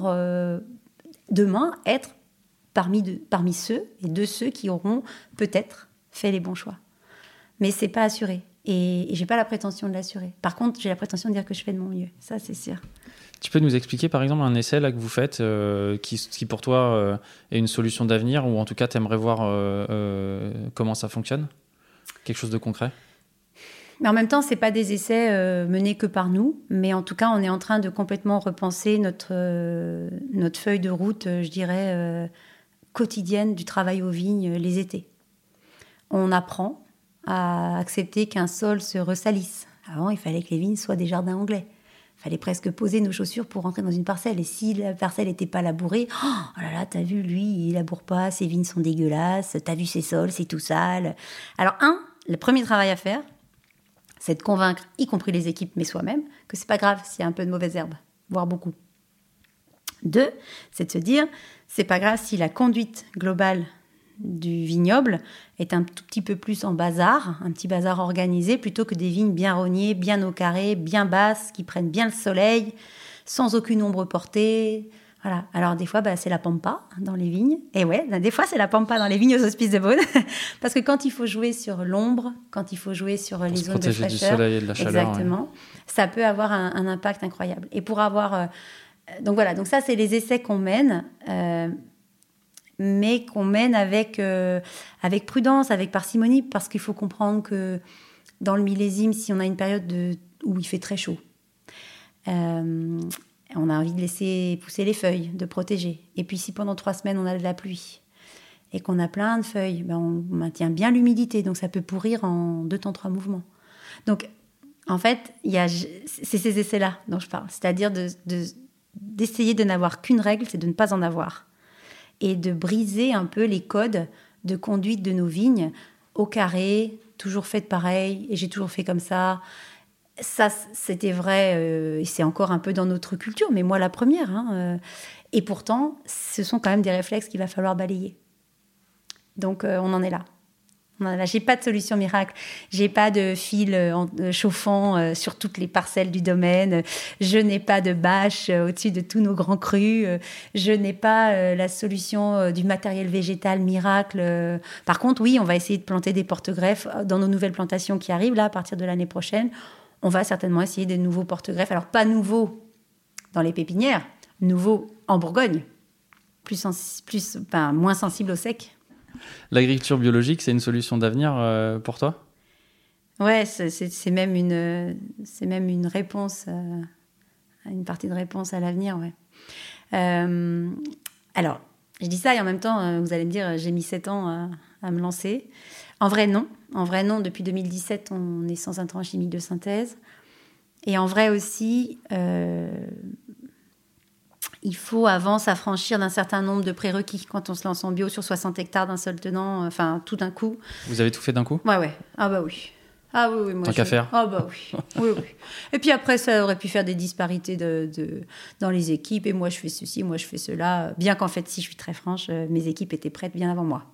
demain être parmi ceux et de ceux qui auront peut-être fait les bons choix. Mais c'est pas assuré. Et j'ai pas la prétention de l'assurer. Par contre, j'ai la prétention de dire que je fais de mon mieux. Ça, c'est sûr. Tu peux nous expliquer, par exemple, un essai là, que vous faites qui pour toi, est une solution d'avenir, ou en tout cas, tu aimerais voir comment ça fonctionne? Quelque chose de concret? Mais en même temps, c'est pas des essais menés que par nous. Mais en tout cas, on est en train de complètement repenser notre feuille de route, je dirais, quotidienne du travail aux vignes les étés. On apprend à accepter qu'un sol se ressalisse. Avant, il fallait que les vignes soient des jardins anglais. Il fallait presque poser nos chaussures pour rentrer dans une parcelle. Et si la parcelle n'était pas labourée, oh là là, t'as vu, lui, il laboure pas, ses vignes sont dégueulasses, t'as vu ses sols, c'est tout sale. Alors, le premier travail à faire, c'est de convaincre, y compris les équipes, mais soi-même, que c'est pas grave s'il y a un peu de mauvaise herbe, voire beaucoup. 2, c'est de se dire, c'est pas grave si la conduite globale du vignoble est un tout petit peu plus en bazar, un petit bazar organisé, plutôt que des vignes bien rognées, bien au carré, bien basses, qui prennent bien le soleil, sans aucune ombre portée. Voilà. Alors des fois, c'est la pampa dans les vignes. Et ouais, des fois, c'est la pampa dans les vignes aux Hospices de Beaune. Parce que quand il faut jouer sur l'ombre, quand il faut jouer sur les zones de fraîcheur... protéger du soleil et de la chaleur. Exactement. Ouais. Ça peut avoir un impact incroyable. Et pour avoir... donc voilà, donc ça, c'est les essais qu'on mène... mais qu'on mène avec prudence, avec parcimonie, parce qu'il faut comprendre que dans le millésime, si on a une période où il fait très chaud, on a envie de laisser pousser les feuilles, de protéger. Et puis si pendant 3 semaines, on a de la pluie et qu'on a plein de feuilles, on maintient bien l'humidité, donc ça peut pourrir en 2 temps 3 mouvements. Donc, en fait, c'est ces essais-là dont je parle, c'est-à-dire d'essayer de n'avoir qu'une règle, c'est de ne pas en avoir. Et de briser un peu les codes de conduite de nos vignes au carré, toujours fait pareil, et j'ai toujours fait comme ça. Ça, c'était vrai, et c'est encore un peu dans notre culture, mais moi la première. Et pourtant, ce sont quand même des réflexes qu'il va falloir balayer. Donc, on en est là. J'ai pas de solution miracle, j'ai pas de fil chauffant sur toutes les parcelles du domaine, je n'ai pas de bâche au-dessus de tous nos grands crus, je n'ai pas la solution du matériel végétal miracle. Par contre, oui, on va essayer de planter des porte-greffes dans nos nouvelles plantations qui arrivent là à partir de l'année prochaine. On va certainement essayer des nouveaux porte-greffes, alors pas nouveaux dans les pépinières, nouveaux en Bourgogne, moins sensibles au sec. L'agriculture biologique, c'est une solution d'avenir pour toi ? Ouais, c'est même une réponse, une partie de réponse à l'avenir, ouais. Alors, je dis ça et en même temps, vous allez me dire, j'ai mis 7 ans à me lancer. En vrai, non. Depuis 2017, on est sans intrants chimiques de synthèse. Et en vrai aussi... il faut avant s'affranchir d'un certain nombre de prérequis quand on se lance en bio sur 60 hectares d'un seul tenant, tout d'un coup. Vous avez tout fait d'un coup ? Ouais. Ah bah oui. Moi, tant qu'à faire. Ah bah oui. Oui. Et puis après, ça aurait pu faire des disparités dans les équipes. Et moi, je fais ceci, moi, je fais cela. Bien qu'en fait, si je suis très franche, mes équipes étaient prêtes bien avant moi.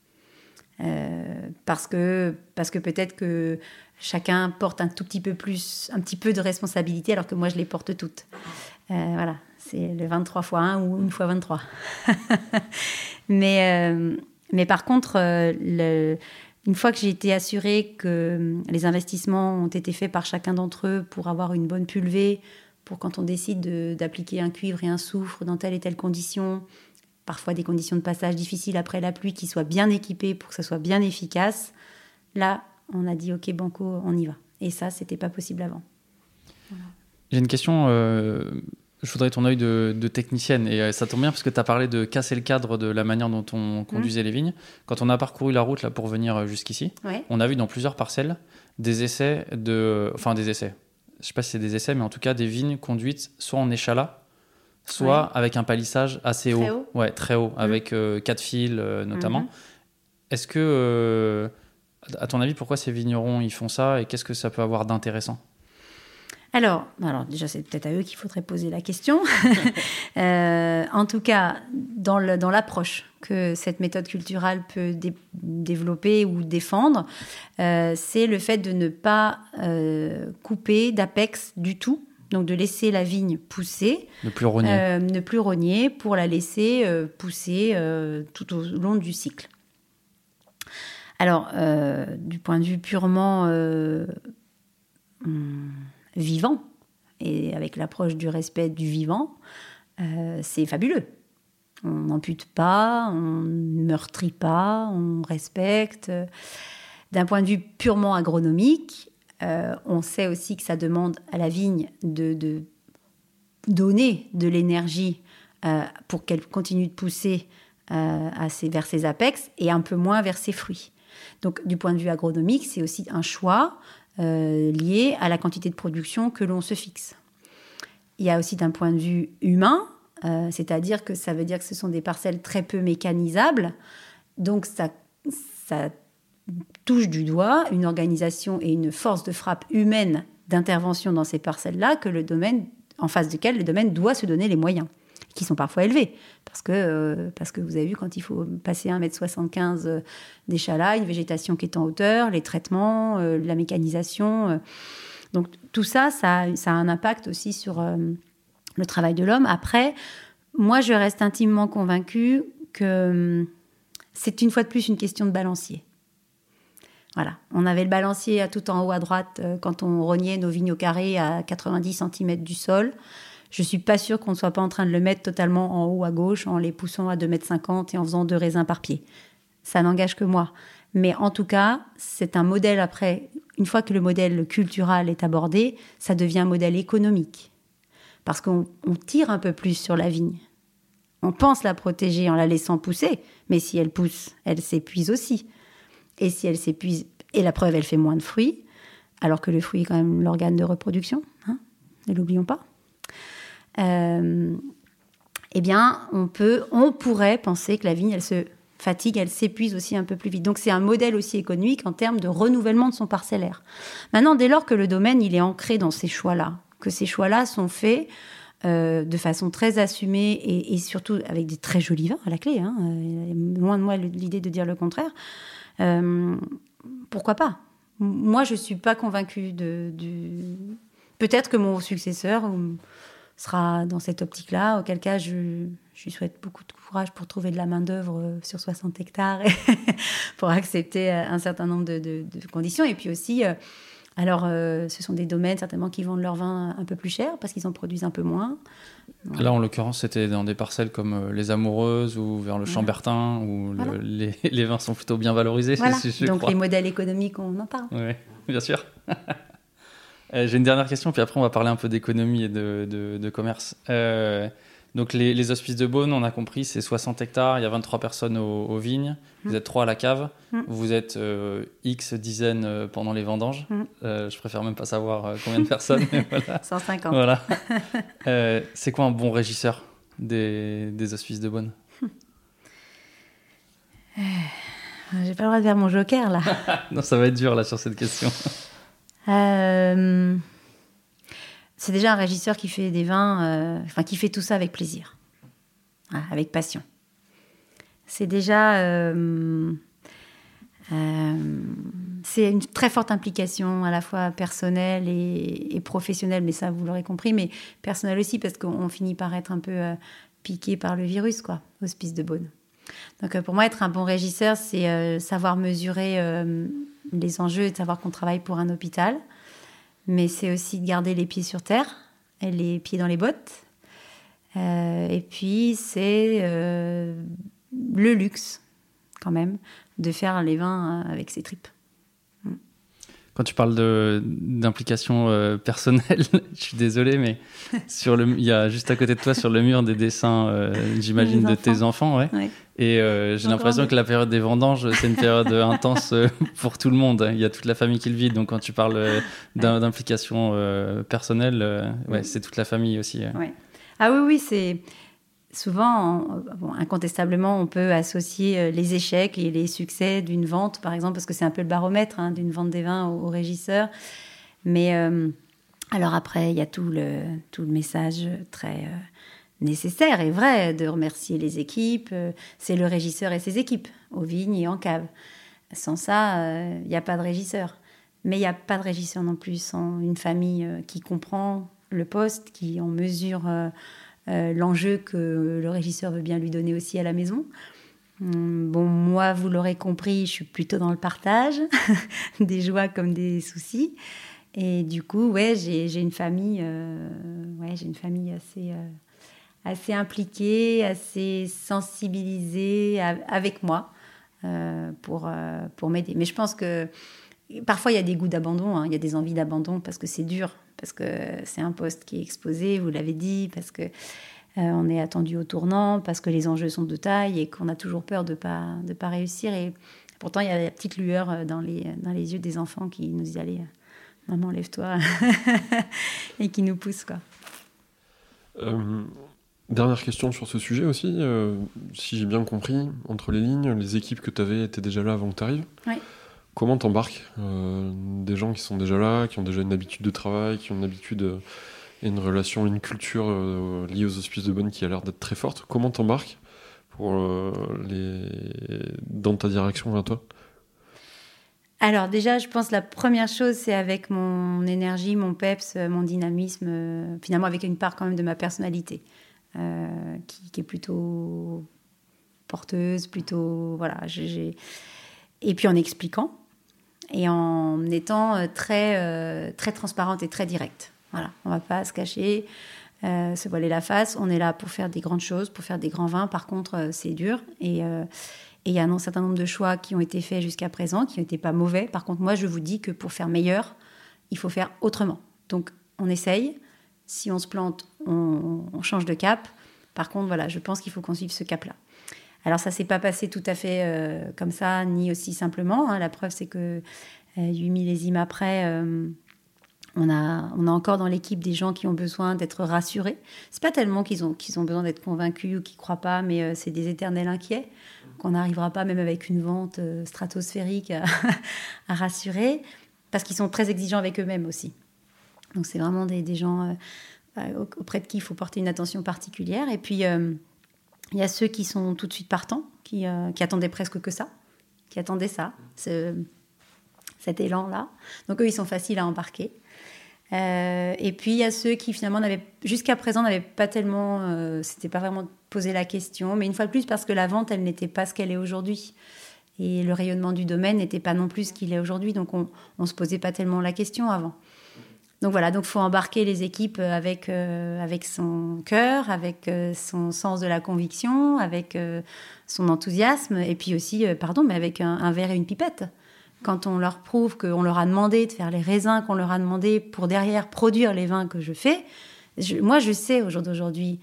Parce que peut-être que chacun porte un petit peu de responsabilité, alors que moi, je les porte toutes. Voilà. C'est le 23 x 1 ou 1 x 23. Mais par contre, une fois que j'ai été assurée que les investissements ont été faits par chacun d'entre eux pour avoir une bonne pulvée, pour quand on décide d'appliquer un cuivre et un soufre dans telle et telle condition, parfois des conditions de passage difficiles après la pluie, qui soient bien équipées pour que ça soit bien efficace, là, on a dit « Ok, banco, on y va ». Et ça, c'était pas possible avant. Voilà. J'ai une question... Je voudrais ton œil de technicienne, et ça tombe bien parce que tu as parlé de casser le cadre de la manière dont on conduisait les vignes. Quand on a parcouru la route là, pour venir jusqu'ici, on a vu dans plusieurs parcelles des essais. Je ne sais pas si c'est des essais, mais en tout cas des vignes conduites soit en échalas, soit avec un palissage assez haut. Ouais, très haut, avec 4 fils notamment. Est-ce que, à ton avis, pourquoi ces vignerons ils font ça et qu'est-ce que ça peut avoir d'intéressant ? Alors, déjà, c'est peut-être à eux qu'il faudrait poser la question. En tout cas, dans l'approche que cette méthode culturale peut développer ou défendre, c'est le fait de ne pas couper d'apex du tout, donc de laisser la vigne pousser. Ne plus rogner. Pour la laisser pousser tout au long du cycle. Alors, du point de vue purement... vivant, et avec l'approche du respect du vivant, c'est fabuleux. On n'ampute pas, on ne meurtrit pas, on respecte. D'un point de vue purement agronomique, on sait aussi que ça demande à la vigne de donner de l'énergie pour qu'elle continue de pousser vers ses apex et un peu moins vers ses fruits. Donc, du point de vue agronomique, c'est aussi un choix lié à la quantité de production que l'on se fixe. Il y a aussi d'un point de vue humain, c'est-à-dire que ça veut dire que ce sont des parcelles très peu mécanisables, donc ça touche du doigt une organisation et une force de frappe humaine d'intervention dans ces parcelles-là en face desquelles le domaine doit se donner les moyens, qui sont parfois élevés. Parce que vous avez vu, quand il faut passer 1,75 m d'échalas, une végétation qui est en hauteur, les traitements, la mécanisation. Donc tout ça, ça a un impact aussi sur le travail de l'homme. Après, moi, je reste intimement convaincue que c'est une fois de plus une question de balancier. Voilà, on avait le balancier tout en haut à droite quand on rognait nos vignes au carré à 90 cm du sol. Je ne suis pas sûre qu'on ne soit pas en train de le mettre totalement en haut à gauche en les poussant à 2,50 m et en faisant 2 raisins par pied. Ça n'engage que moi. Mais en tout cas, c'est un modèle après. Une fois que le modèle culturel est abordé, ça devient un modèle économique. Parce qu'on tire un peu plus sur la vigne. On pense la protéger en la laissant pousser, mais si elle pousse, elle s'épuise aussi. Et si elle s'épuise, et la preuve, elle fait moins de fruits, alors que le fruit est quand même l'organe de reproduction, hein, ne l'oublions pas. Eh bien, on pourrait penser que la vigne, elle se fatigue, elle s'épuise aussi un peu plus vite. Donc, c'est un modèle aussi économique en termes de renouvellement de son parcellaire. Maintenant, dès lors que le domaine, il est ancré dans ces choix-là, que ces choix-là sont faits de façon très assumée et surtout avec des très jolis vins à la clé, hein, loin de moi l'idée de dire le contraire, pourquoi pas ? Moi, je ne suis pas convaincue Peut-être que mon successeur sera dans cette optique-là, auquel cas je lui souhaite beaucoup de courage pour trouver de la main-d'œuvre sur 60 hectares et pour accepter un certain nombre de conditions. Et puis aussi, ce sont des domaines certainement qui vendent leur vin un peu plus cher parce qu'ils en produisent un peu moins. Voilà. Là, en l'occurrence, c'était dans des parcelles comme les Amoureuses ou vers le Chambertin, où les vins sont plutôt bien valorisés. Voilà. Je Donc crois. les modèles économiques, on en parle. Oui, bien sûr. J'ai une dernière question, puis après on va parler un peu d'économie et de commerce. Donc les hospices de Beaune, on a compris, c'est 60 hectares, il y a 23 personnes aux vignes, vous êtes 3 à la cave, vous êtes X dizaines pendant les vendanges. Je préfère même pas savoir combien de personnes. Mais voilà. 150. Voilà. C'est quoi un bon régisseur des hospices de Beaune ? J'ai pas le droit de faire mon joker là. Non, ça va être dur là sur cette question. C'est déjà un régisseur qui fait des vins, qui fait tout ça avec plaisir, avec passion. C'est déjà, c'est une très forte implication à la fois personnelle et professionnelle, mais ça vous l'aurez compris, mais personnelle aussi parce qu'on finit par être un peu piqué par le virus, quoi, hospice de Beaune. Donc pour moi, être un bon régisseur, c'est savoir mesurer les enjeux et de savoir qu'on travaille pour un hôpital. Mais c'est aussi de garder les pieds sur terre et les pieds dans les bottes. Et puis, c'est le luxe, quand même, de faire les vins avec ses tripes. Quand tu parles d'implication personnelle, je suis désolé, mais il y a juste à côté de toi, sur le mur, des dessins, j'imagine, de tes enfants. Ouais. Ouais. Et j'ai l'impression que la période des vendanges, c'est une période intense pour tout le monde. Il y a toute la famille qui le vit. Donc, quand tu parles d'implication personnelle, c'est toute la famille aussi. Ouais. Ah oui, c'est... Souvent, incontestablement, on peut associer les échecs et les succès d'une vente, par exemple, parce que c'est un peu le baromètre d'une vente des vins au régisseur. Mais alors après, il y a tout le message très nécessaire et vrai de remercier les équipes. C'est le régisseur et ses équipes, aux vignes et en cave. Sans ça, il n'y a pas de régisseur. Mais il n'y a pas de régisseur non plus sans une famille qui comprend le poste, qui en mesure... l'enjeu que le régisseur veut bien lui donner aussi à la maison. Bon, moi, vous l'aurez compris, je suis plutôt dans le partage, des joies comme des soucis. Et du coup, j'ai une famille, assez impliquée, assez sensibilisée avec moi pour m'aider. Mais je pense que parfois, il y a des goûts d'abandon, il y a des envies d'abandon parce que c'est dur. Parce que c'est un poste qui est exposé, vous l'avez dit, parce que on est attendu au tournant, parce que les enjeux sont de taille et qu'on a toujours peur de pas réussir. Et pourtant, il y a la petite lueur dans les yeux des enfants qui nous disent « Allez, maman, lève-toi » et qui nous poussent, quoi. Dernière question sur ce sujet aussi. Si j'ai bien compris, entre les lignes, les équipes que tu avais étaient déjà là avant que tu arrives. Oui. Comment t'embarques des gens qui sont déjà là, qui ont déjà une habitude de travail, qui ont une habitude et une relation, une culture liée aux Hospices de Beaune qui a l'air d'être très forte. Comment t'embarques dans ta direction à toi? Alors déjà, je pense que la première chose, c'est avec mon énergie, mon peps, mon dynamisme, finalement avec une part quand même de ma personnalité, qui est plutôt porteuse, plutôt... Voilà, Et puis en expliquant et en étant très transparente et très directe. Voilà, on ne va pas se cacher, se voiler la face. On est là pour faire des grandes choses, pour faire des grands vins. Par contre, c'est dur. Et il y a un certain nombre de choix qui ont été faits jusqu'à présent, qui n'étaient pas mauvais. Par contre, moi, je vous dis que pour faire meilleur, il faut faire autrement. Donc, on essaye. Si on se plante, on change de cap. Par contre, voilà, je pense qu'il faut qu'on suive ce cap-là. Alors, ça ne s'est pas passé tout à fait comme ça, ni aussi simplement. Hein. La preuve, c'est que 8 millésimes après, on a encore dans l'équipe des gens qui ont besoin d'être rassurés. Ce n'est pas tellement qu'ils ont besoin d'être convaincus ou qu'ils ne croient pas, mais c'est des éternels inquiets qu'on n'arrivera pas, même avec une vente stratosphérique, à rassurer, parce qu'ils sont très exigeants avec eux-mêmes aussi. Donc, c'est vraiment des gens auprès de qui il faut porter une attention particulière. Et puis... il y a ceux qui sont tout de suite partants, qui attendaient presque que ça, qui attendaient ça, cet élan-là. Donc eux, ils sont faciles à embarquer. Et puis il y a ceux qui finalement jusqu'à présent n'avaient pas tellement, c'était pas vraiment posé la question, mais une fois de plus parce que la vente, elle n'était pas ce qu'elle est aujourd'hui. Et le rayonnement du domaine n'était pas non plus ce qu'il est aujourd'hui, donc on se posait pas tellement la question avant. Donc voilà, donc faut embarquer les équipes avec son cœur, avec son sens de la conviction, avec son enthousiasme, et puis aussi, mais avec un verre et une pipette. Quand on leur prouve qu'on leur a demandé de faire les raisins qu'on leur a demandé pour derrière produire les vins que je fais, moi je sais au jour d'aujourd'hui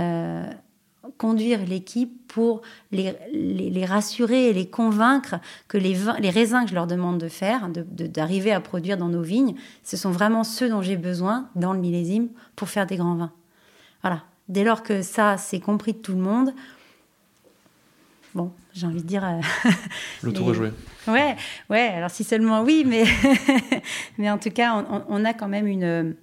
conduire l'équipe pour les rassurer et les convaincre que les raisins que je leur demande de faire, d'arriver à produire dans nos vignes, ce sont vraiment ceux dont j'ai besoin dans le millésime pour faire des grands vins. Voilà. Dès lors que ça, c'est compris de tout le monde, bon, j'ai envie de dire... le tour est joué. Ouais, alors si seulement oui, mais en tout cas, on a quand même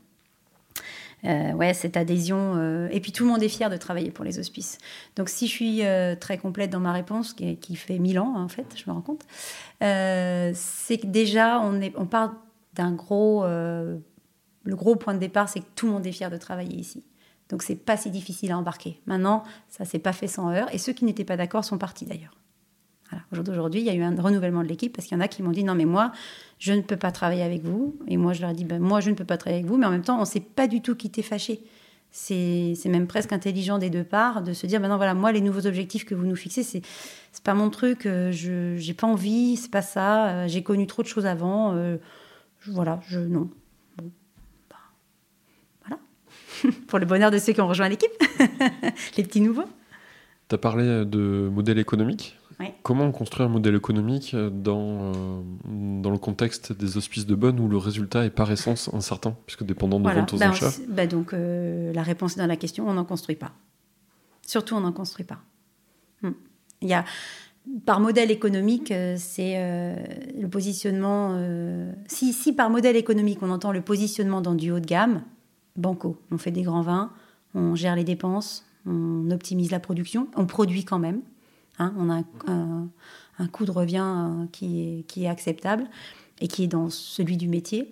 cette adhésion. Et puis tout le monde est fier de travailler pour les hospices. Donc si je suis très complète dans ma réponse, qui fait 1000 ans en fait, je me rends compte, c'est que déjà on part d'un le gros point de départ, c'est que tout le monde est fier de travailler ici. Donc c'est pas si difficile à embarquer. Maintenant, ça s'est pas fait sans heurts. Et ceux qui n'étaient pas d'accord sont partis d'ailleurs. Voilà. Au jour d'aujourd'hui, il y a eu un renouvellement de l'équipe parce qu'il y en a qui m'ont dit non mais moi je ne peux pas travailler avec vous, et moi je leur ai dit moi je ne peux pas travailler avec vous, mais en même temps on s'est pas du tout quitté fâché. C'est même presque intelligent des deux parts de se dire non voilà, moi les nouveaux objectifs que vous nous fixez c'est pas mon truc, j'ai pas envie, c'est pas ça, j'ai connu trop de choses avant, non. Bon, voilà. Pour le bonheur de ceux qui ont rejoint l'équipe, les petits nouveaux. Tu as parlé de modèle économique. Oui. Comment on construit un modèle économique dans le contexte des Hospices de Beaune où le résultat est par essence incertain, puisque dépendant de vente aux achats? Donc, la réponse est dans la question, on n'en construit pas. Surtout, on n'en construit pas. Il y a, par modèle économique, c'est le positionnement... Si par modèle économique, on entend le positionnement dans du haut de gamme, banco, on fait des grands vins, on gère les dépenses, on optimise la production, on produit quand même. On a un coût de revient qui est acceptable et qui est dans celui du métier.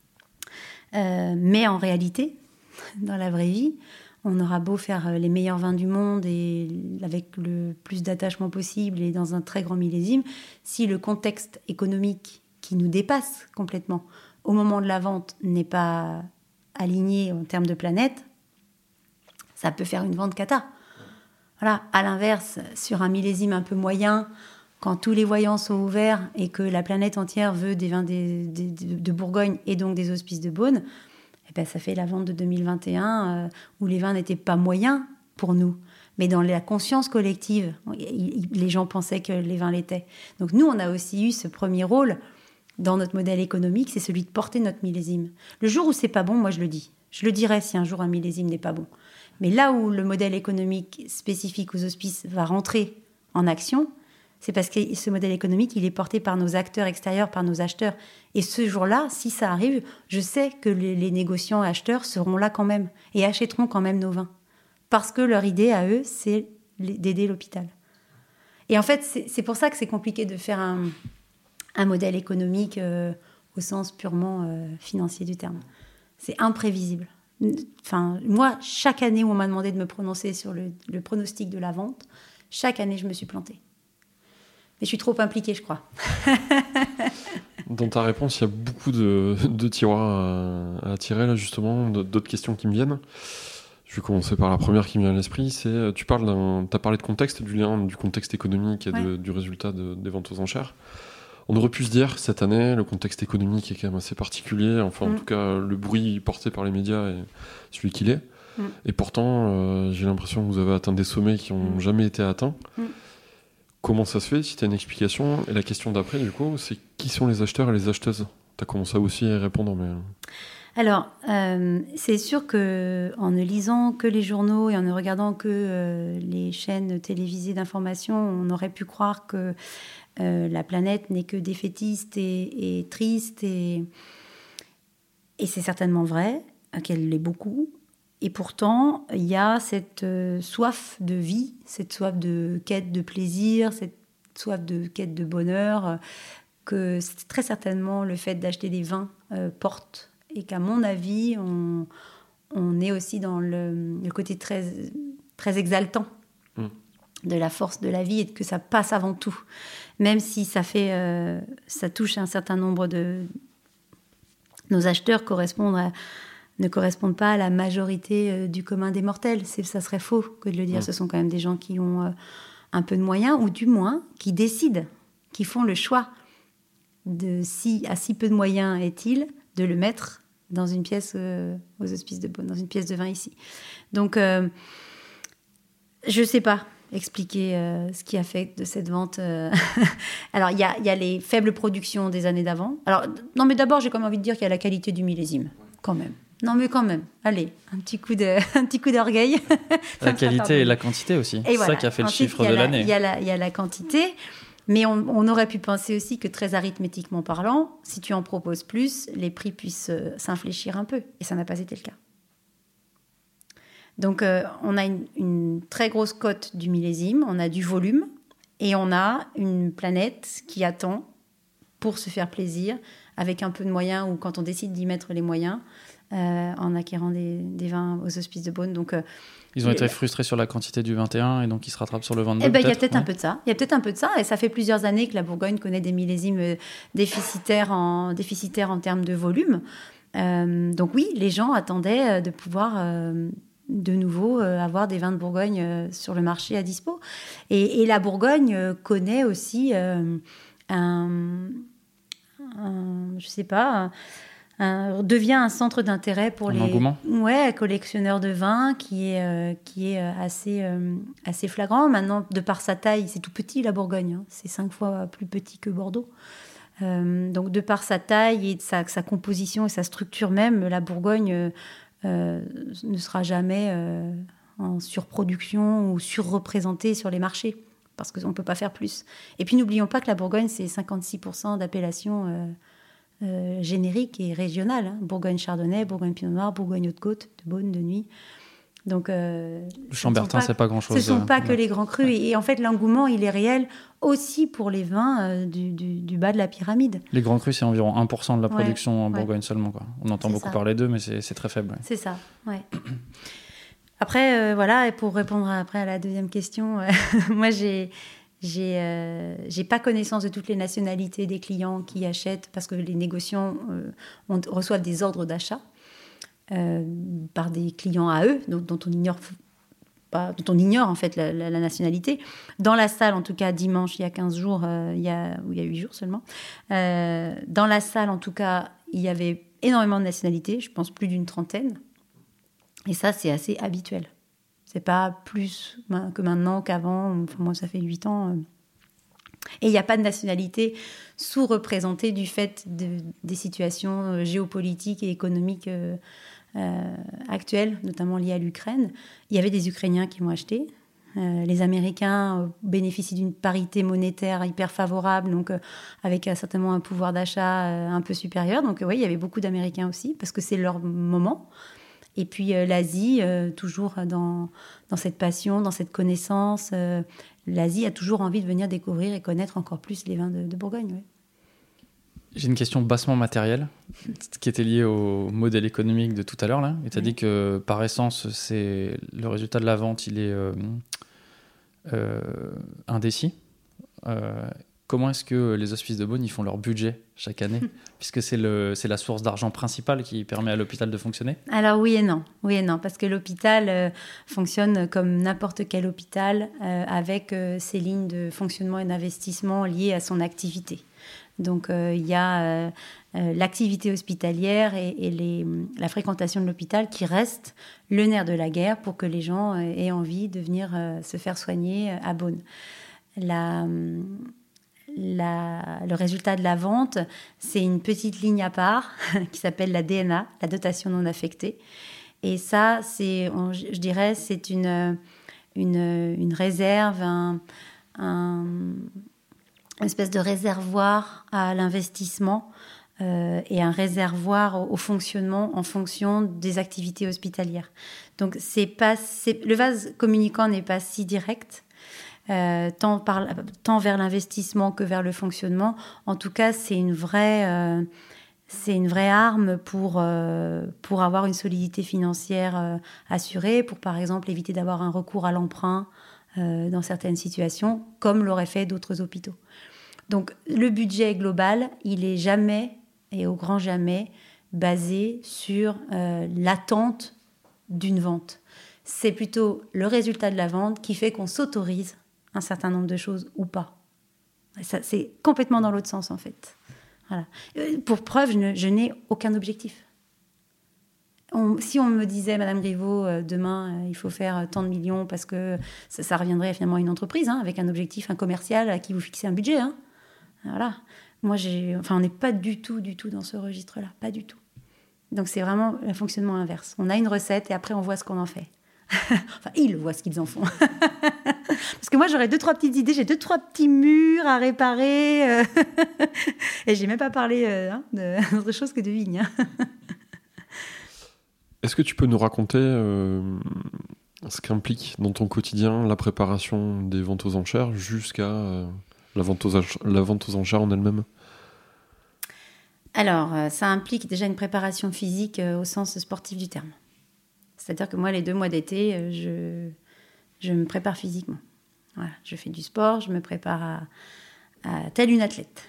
Mais en réalité, dans la vraie vie, on aura beau faire les meilleurs vins du monde et avec le plus d'attachement possible et dans un très grand millésime, si le contexte économique qui nous dépasse complètement au moment de la vente n'est pas aligné en termes de planète, ça peut faire une vente cata. Voilà. À l'inverse, sur un millésime un peu moyen, quand tous les voyants sont ouverts et que la planète entière veut des vins de Bourgogne et donc des Hospices de Beaune, ça fait la vente de 2021 où les vins n'étaient pas moyens pour nous. Mais dans la conscience collective, les gens pensaient que les vins l'étaient. Donc nous, on a aussi eu ce premier rôle dans notre modèle économique, c'est celui de porter notre millésime. Le jour où c'est pas bon, moi je le dis. Je le dirais si un jour un millésime n'est pas bon. Mais là où le modèle économique spécifique aux hospices va rentrer en action, C'est parce que ce modèle économique, il est porté par nos acteurs extérieurs, par nos acheteurs. Et ce jour-là, si ça arrive, je sais que les négociants acheteurs seront là quand même et achèteront quand même nos vins. Parce que leur idée à eux, c'est d'aider l'hôpital. Et en fait, c'est pour ça que c'est compliqué de faire un modèle économique au sens purement financier du terme. C'est imprévisible. Enfin, moi, chaque année où on m'a demandé de me prononcer sur le pronostic de la vente, chaque année, je me suis plantée. Mais je suis trop impliquée, je crois. Dans ta réponse, il y a beaucoup de tiroirs à tirer, là, justement, d'autres questions qui me viennent. Je vais commencer par la première qui me vient à l'esprit. C'est, t'as parlé de contexte, du lien du contexte économique et du résultat des ventes aux enchères. On aurait pu se dire, cette année, le contexte économique est quand même assez particulier. Enfin, en tout cas, le bruit porté par les médias est celui qu'il est. Et pourtant, j'ai l'impression que vous avez atteint des sommets qui n'ont jamais été atteints. Comment ça se fait, si tu as une explication? Et la question d'après, du coup, c'est qui sont les acheteurs et les acheteuses? Tu as commencé aussi à y répondre, mais... Alors, c'est sûr qu'en ne lisant que les journaux et en ne regardant que les chaînes télévisées d'information, on aurait pu croire que la planète n'est que défaitiste et triste. Et c'est certainement vrai, qu'elle l'est beaucoup. Et pourtant, il y a cette soif de vie, cette soif de quête de plaisir, cette soif de quête de bonheur, que très certainement le fait d'acheter des vins porte. Et qu'à mon avis, on est aussi dans le côté très, très exaltant de la force de la vie et que ça passe avant tout. Même si ça touche un certain nombre de... Nos acheteurs ne correspondent pas à la majorité du commun des mortels. Ça serait faux que de le dire. Ce sont quand même des gens qui ont un peu de moyens, ou du moins qui décident, qui font le choix de à si peu de moyens est-il, de le mettre dans une pièce aux Hospices de Beaune, dans une pièce de vin ici. Donc, je ne sais pas expliquer ce qui a fait de cette vente. Alors, il y a les faibles productions des années d'avant. Alors, non, mais d'abord, j'ai quand même envie de dire qu'il y a la qualité du millésime, quand même. Non, mais quand même. Allez, un petit coup d'orgueil. La qualité et la quantité aussi. C'est ça qui a fait le chiffre de l'année. Il y a la quantité. Mais on aurait pu penser aussi que, très arithmétiquement parlant, si tu en proposes plus, les prix puissent s'infléchir un peu. Et ça n'a pas été le cas. Donc, on a une très grosse cote du millésime, on a du volume, et on a une planète qui attend pour se faire plaisir, avec un peu de moyens, ou quand on décide d'y mettre les moyens, en acquérant des vins aux Hospices de Beaune. Donc, ils ont été frustrés sur la quantité du 21 et donc ils se rattrapent sur le 22. Il y a peut-être un peu de ça. Il y a peut-être un peu de ça. Et ça fait plusieurs années que la Bourgogne connaît des millésimes déficitaires en termes de volume. Donc oui, les gens attendaient de pouvoir de nouveau avoir des vins de Bourgogne sur le marché à dispo. Et la Bourgogne connaît aussi devient un centre d'intérêt pour les collectionneurs de vins qui est assez flagrant. Maintenant, de par sa taille, c'est tout petit la Bourgogne, hein. C'est 5 fois plus petit que Bordeaux. Donc de par sa taille et de sa composition et sa structure même, la Bourgogne ne sera jamais en surproduction ou surreprésentée sur les marchés, parce qu'on ne peut pas faire plus. Et puis n'oublions pas que la Bourgogne, c'est 56% d'appellation générique et régionale, hein. Bourgogne Chardonnay, Bourgogne Pinot Noir, Bourgogne Haute-Côte, de Beaune, de Nuits. Donc, le Chambertin, c'est pas grand-chose. Ce ne sont pas que les grands crus. Et en fait, l'engouement, il est réel aussi pour les vins du bas de la pyramide. Les grands crus, c'est environ 1% de la production en Bourgogne seulement, quoi. On entend beaucoup parler d'eux, mais c'est très faible. Ouais. C'est ça, ouais. Après, voilà, et pour répondre après à la deuxième question, moi, j'ai pas connaissance de toutes les nationalités des clients qui achètent, parce que les négociants reçoivent des ordres d'achat par des clients à eux, dont on ignore en fait la nationalité. Dans la salle, en tout cas dimanche, il y a 15 jours, il y a 8 jours seulement, dans la salle, en tout cas, il y avait énormément de nationalités, je pense plus d'une trentaine. Et ça, c'est assez habituel. C'est pas plus que maintenant, qu'avant. Enfin, moi, ça fait 8 ans. Et il n'y a pas de nationalité sous-représentée du fait des situations géopolitiques et économiques actuelles, notamment liées à l'Ukraine. Il y avait des Ukrainiens qui m'ont acheté. Les Américains bénéficient d'une parité monétaire hyper favorable, donc avec certainement un pouvoir d'achat un peu supérieur. Donc oui, il y avait beaucoup d'Américains aussi, parce que c'est leur moment. Et puis l'Asie, toujours dans cette passion, dans cette connaissance. L'Asie a toujours envie de venir découvrir et connaître encore plus les vins de Bourgogne. Ouais. J'ai une question bassement matérielle, qui était liée au modèle économique de tout à l'heure. Là. Et tu as dit que par essence, le résultat de la vente, il est indécis. Comment est-ce que les hospices de Beaune ils font leur budget chaque année, puisque c'est la source d'argent principale qui permet à l'hôpital de fonctionner? Alors oui et non, parce que l'hôpital fonctionne comme n'importe quel hôpital avec ses lignes de fonctionnement et d'investissement liées à son activité. Donc il y a l'activité hospitalière et la fréquentation de l'hôpital qui reste le nerf de la guerre pour que les gens aient envie de venir se faire soigner à Beaune. Le résultat de la vente, c'est une petite ligne à part qui s'appelle la DNA, la dotation non affectée. Et ça, je dirais, c'est une réserve, une espèce de réservoir à l'investissement et un réservoir au fonctionnement en fonction des activités hospitalières. Donc, le vase communicant n'est pas si direct. Tant vers l'investissement que vers le fonctionnement. En tout cas, c'est une vraie arme pour avoir une solidité financière assurée, pour par exemple éviter d'avoir un recours à l'emprunt dans certaines situations, comme l'auraient fait d'autres hôpitaux. Donc le budget global, il est jamais, et au grand jamais, basé sur l'attente d'une vente. C'est plutôt le résultat de la vente qui fait qu'on s'autorise un certain nombre de choses ou pas. Ça, c'est complètement dans l'autre sens, en fait. Voilà. Pour preuve, je n'ai aucun objectif. Si on me disait, Madame Griveau, demain, il faut faire tant de millions parce que ça reviendrait finalement à une entreprise, avec un objectif, un commercial à qui vous fixez un budget. Voilà. Moi, on n'est pas du tout dans ce registre-là. Pas du tout. Donc, c'est vraiment le fonctionnement inverse. On a une recette et après, on voit ce qu'on en fait. Enfin, ils voient ce qu'ils en font. Parce que moi, j'aurais 2-3 petites idées, j'ai 2-3 petits murs à réparer. Et j'ai même pas parlé d'autre chose que de vignes. Est-ce que tu peux nous raconter ce qu'implique dans ton quotidien la préparation des ventes aux enchères jusqu'à la vente aux enchères en elle-même? Alors, ça implique déjà une préparation physique au sens sportif du terme. C'est-à-dire que moi, les 2 mois d'été, je me prépare physiquement. Voilà, je fais du sport, je me prépare à telle une athlète.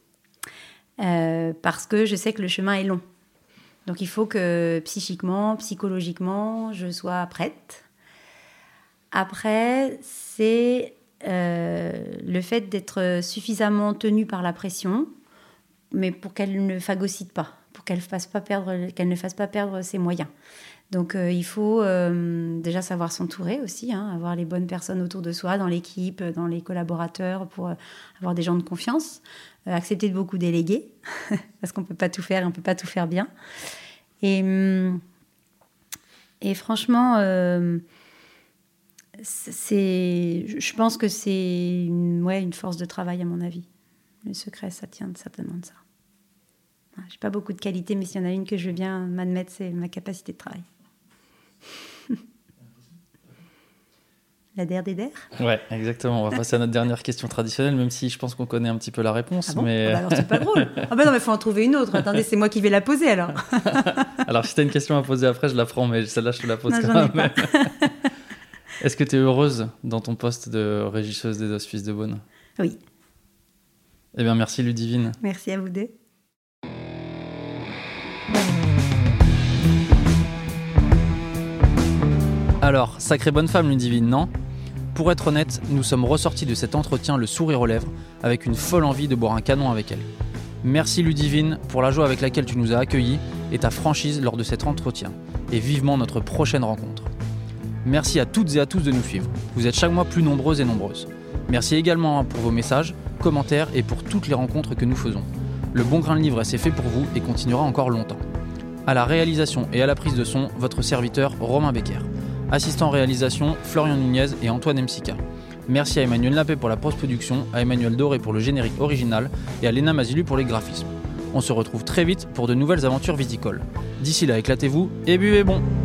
Parce que je sais que le chemin est long. Donc il faut que psychiquement, psychologiquement, je sois prête. Après, c'est le fait d'être suffisamment tenue par la pression, mais pour qu'elle ne phagocyte pas, pour qu'elle ne fasse pas perdre ses moyens. Donc il faut déjà savoir s'entourer aussi, avoir les bonnes personnes autour de soi, dans l'équipe, dans les collaborateurs, pour avoir des gens de confiance. Accepter de beaucoup déléguer, parce qu'on ne peut pas tout faire, on ne peut pas tout faire bien. Et franchement, je pense que c'est une force de travail, à mon avis. Le secret, ça tient certainement de ça. Je n'ai pas beaucoup de qualités, mais s'il y en a une que je veux bien m'admettre, c'est ma capacité de travail. La der des der. Ouais, exactement. On va passer à notre dernière question traditionnelle, même si je pense qu'on connaît un petit peu la réponse. Ah bon mais... alors c'est pas drôle. Non, mais il faut en trouver une autre. Attendez, c'est moi qui vais la poser alors. Alors si tu as une question à poser après, je la prends, mais celle-là, je te la pose non, quand même. Est-ce que tu es heureuse dans ton poste de régisseuse des Hospices de Beaune? Oui. Eh bien, merci Ludivine. Merci à vous deux. Alors, sacrée bonne femme Ludivine, non? Pour être honnête, nous sommes ressortis de cet entretien le sourire aux lèvres, avec une folle envie de boire un canon avec elle. Merci Ludivine pour la joie avec laquelle tu nous as accueillis et ta franchise lors de cet entretien, et vivement notre prochaine rencontre. Merci à toutes et à tous de nous suivre. Vous êtes chaque mois plus nombreuses et nombreuses. Merci également pour vos messages, commentaires et pour toutes les rencontres que nous faisons. Le Bon Grain de l'Ivresse est fait pour vous et continuera encore longtemps. À la réalisation et à la prise de son, votre serviteur Romain Becker. Assistant réalisation, Florian Nunez et Antoine Msika. Merci à Emmanuel Nappé pour la post-production, à Emmanuel Doré pour le générique original et à Léna Mazilu pour les graphismes. On se retrouve très vite pour de nouvelles aventures viticoles. D'ici là, éclatez-vous et buvez bon!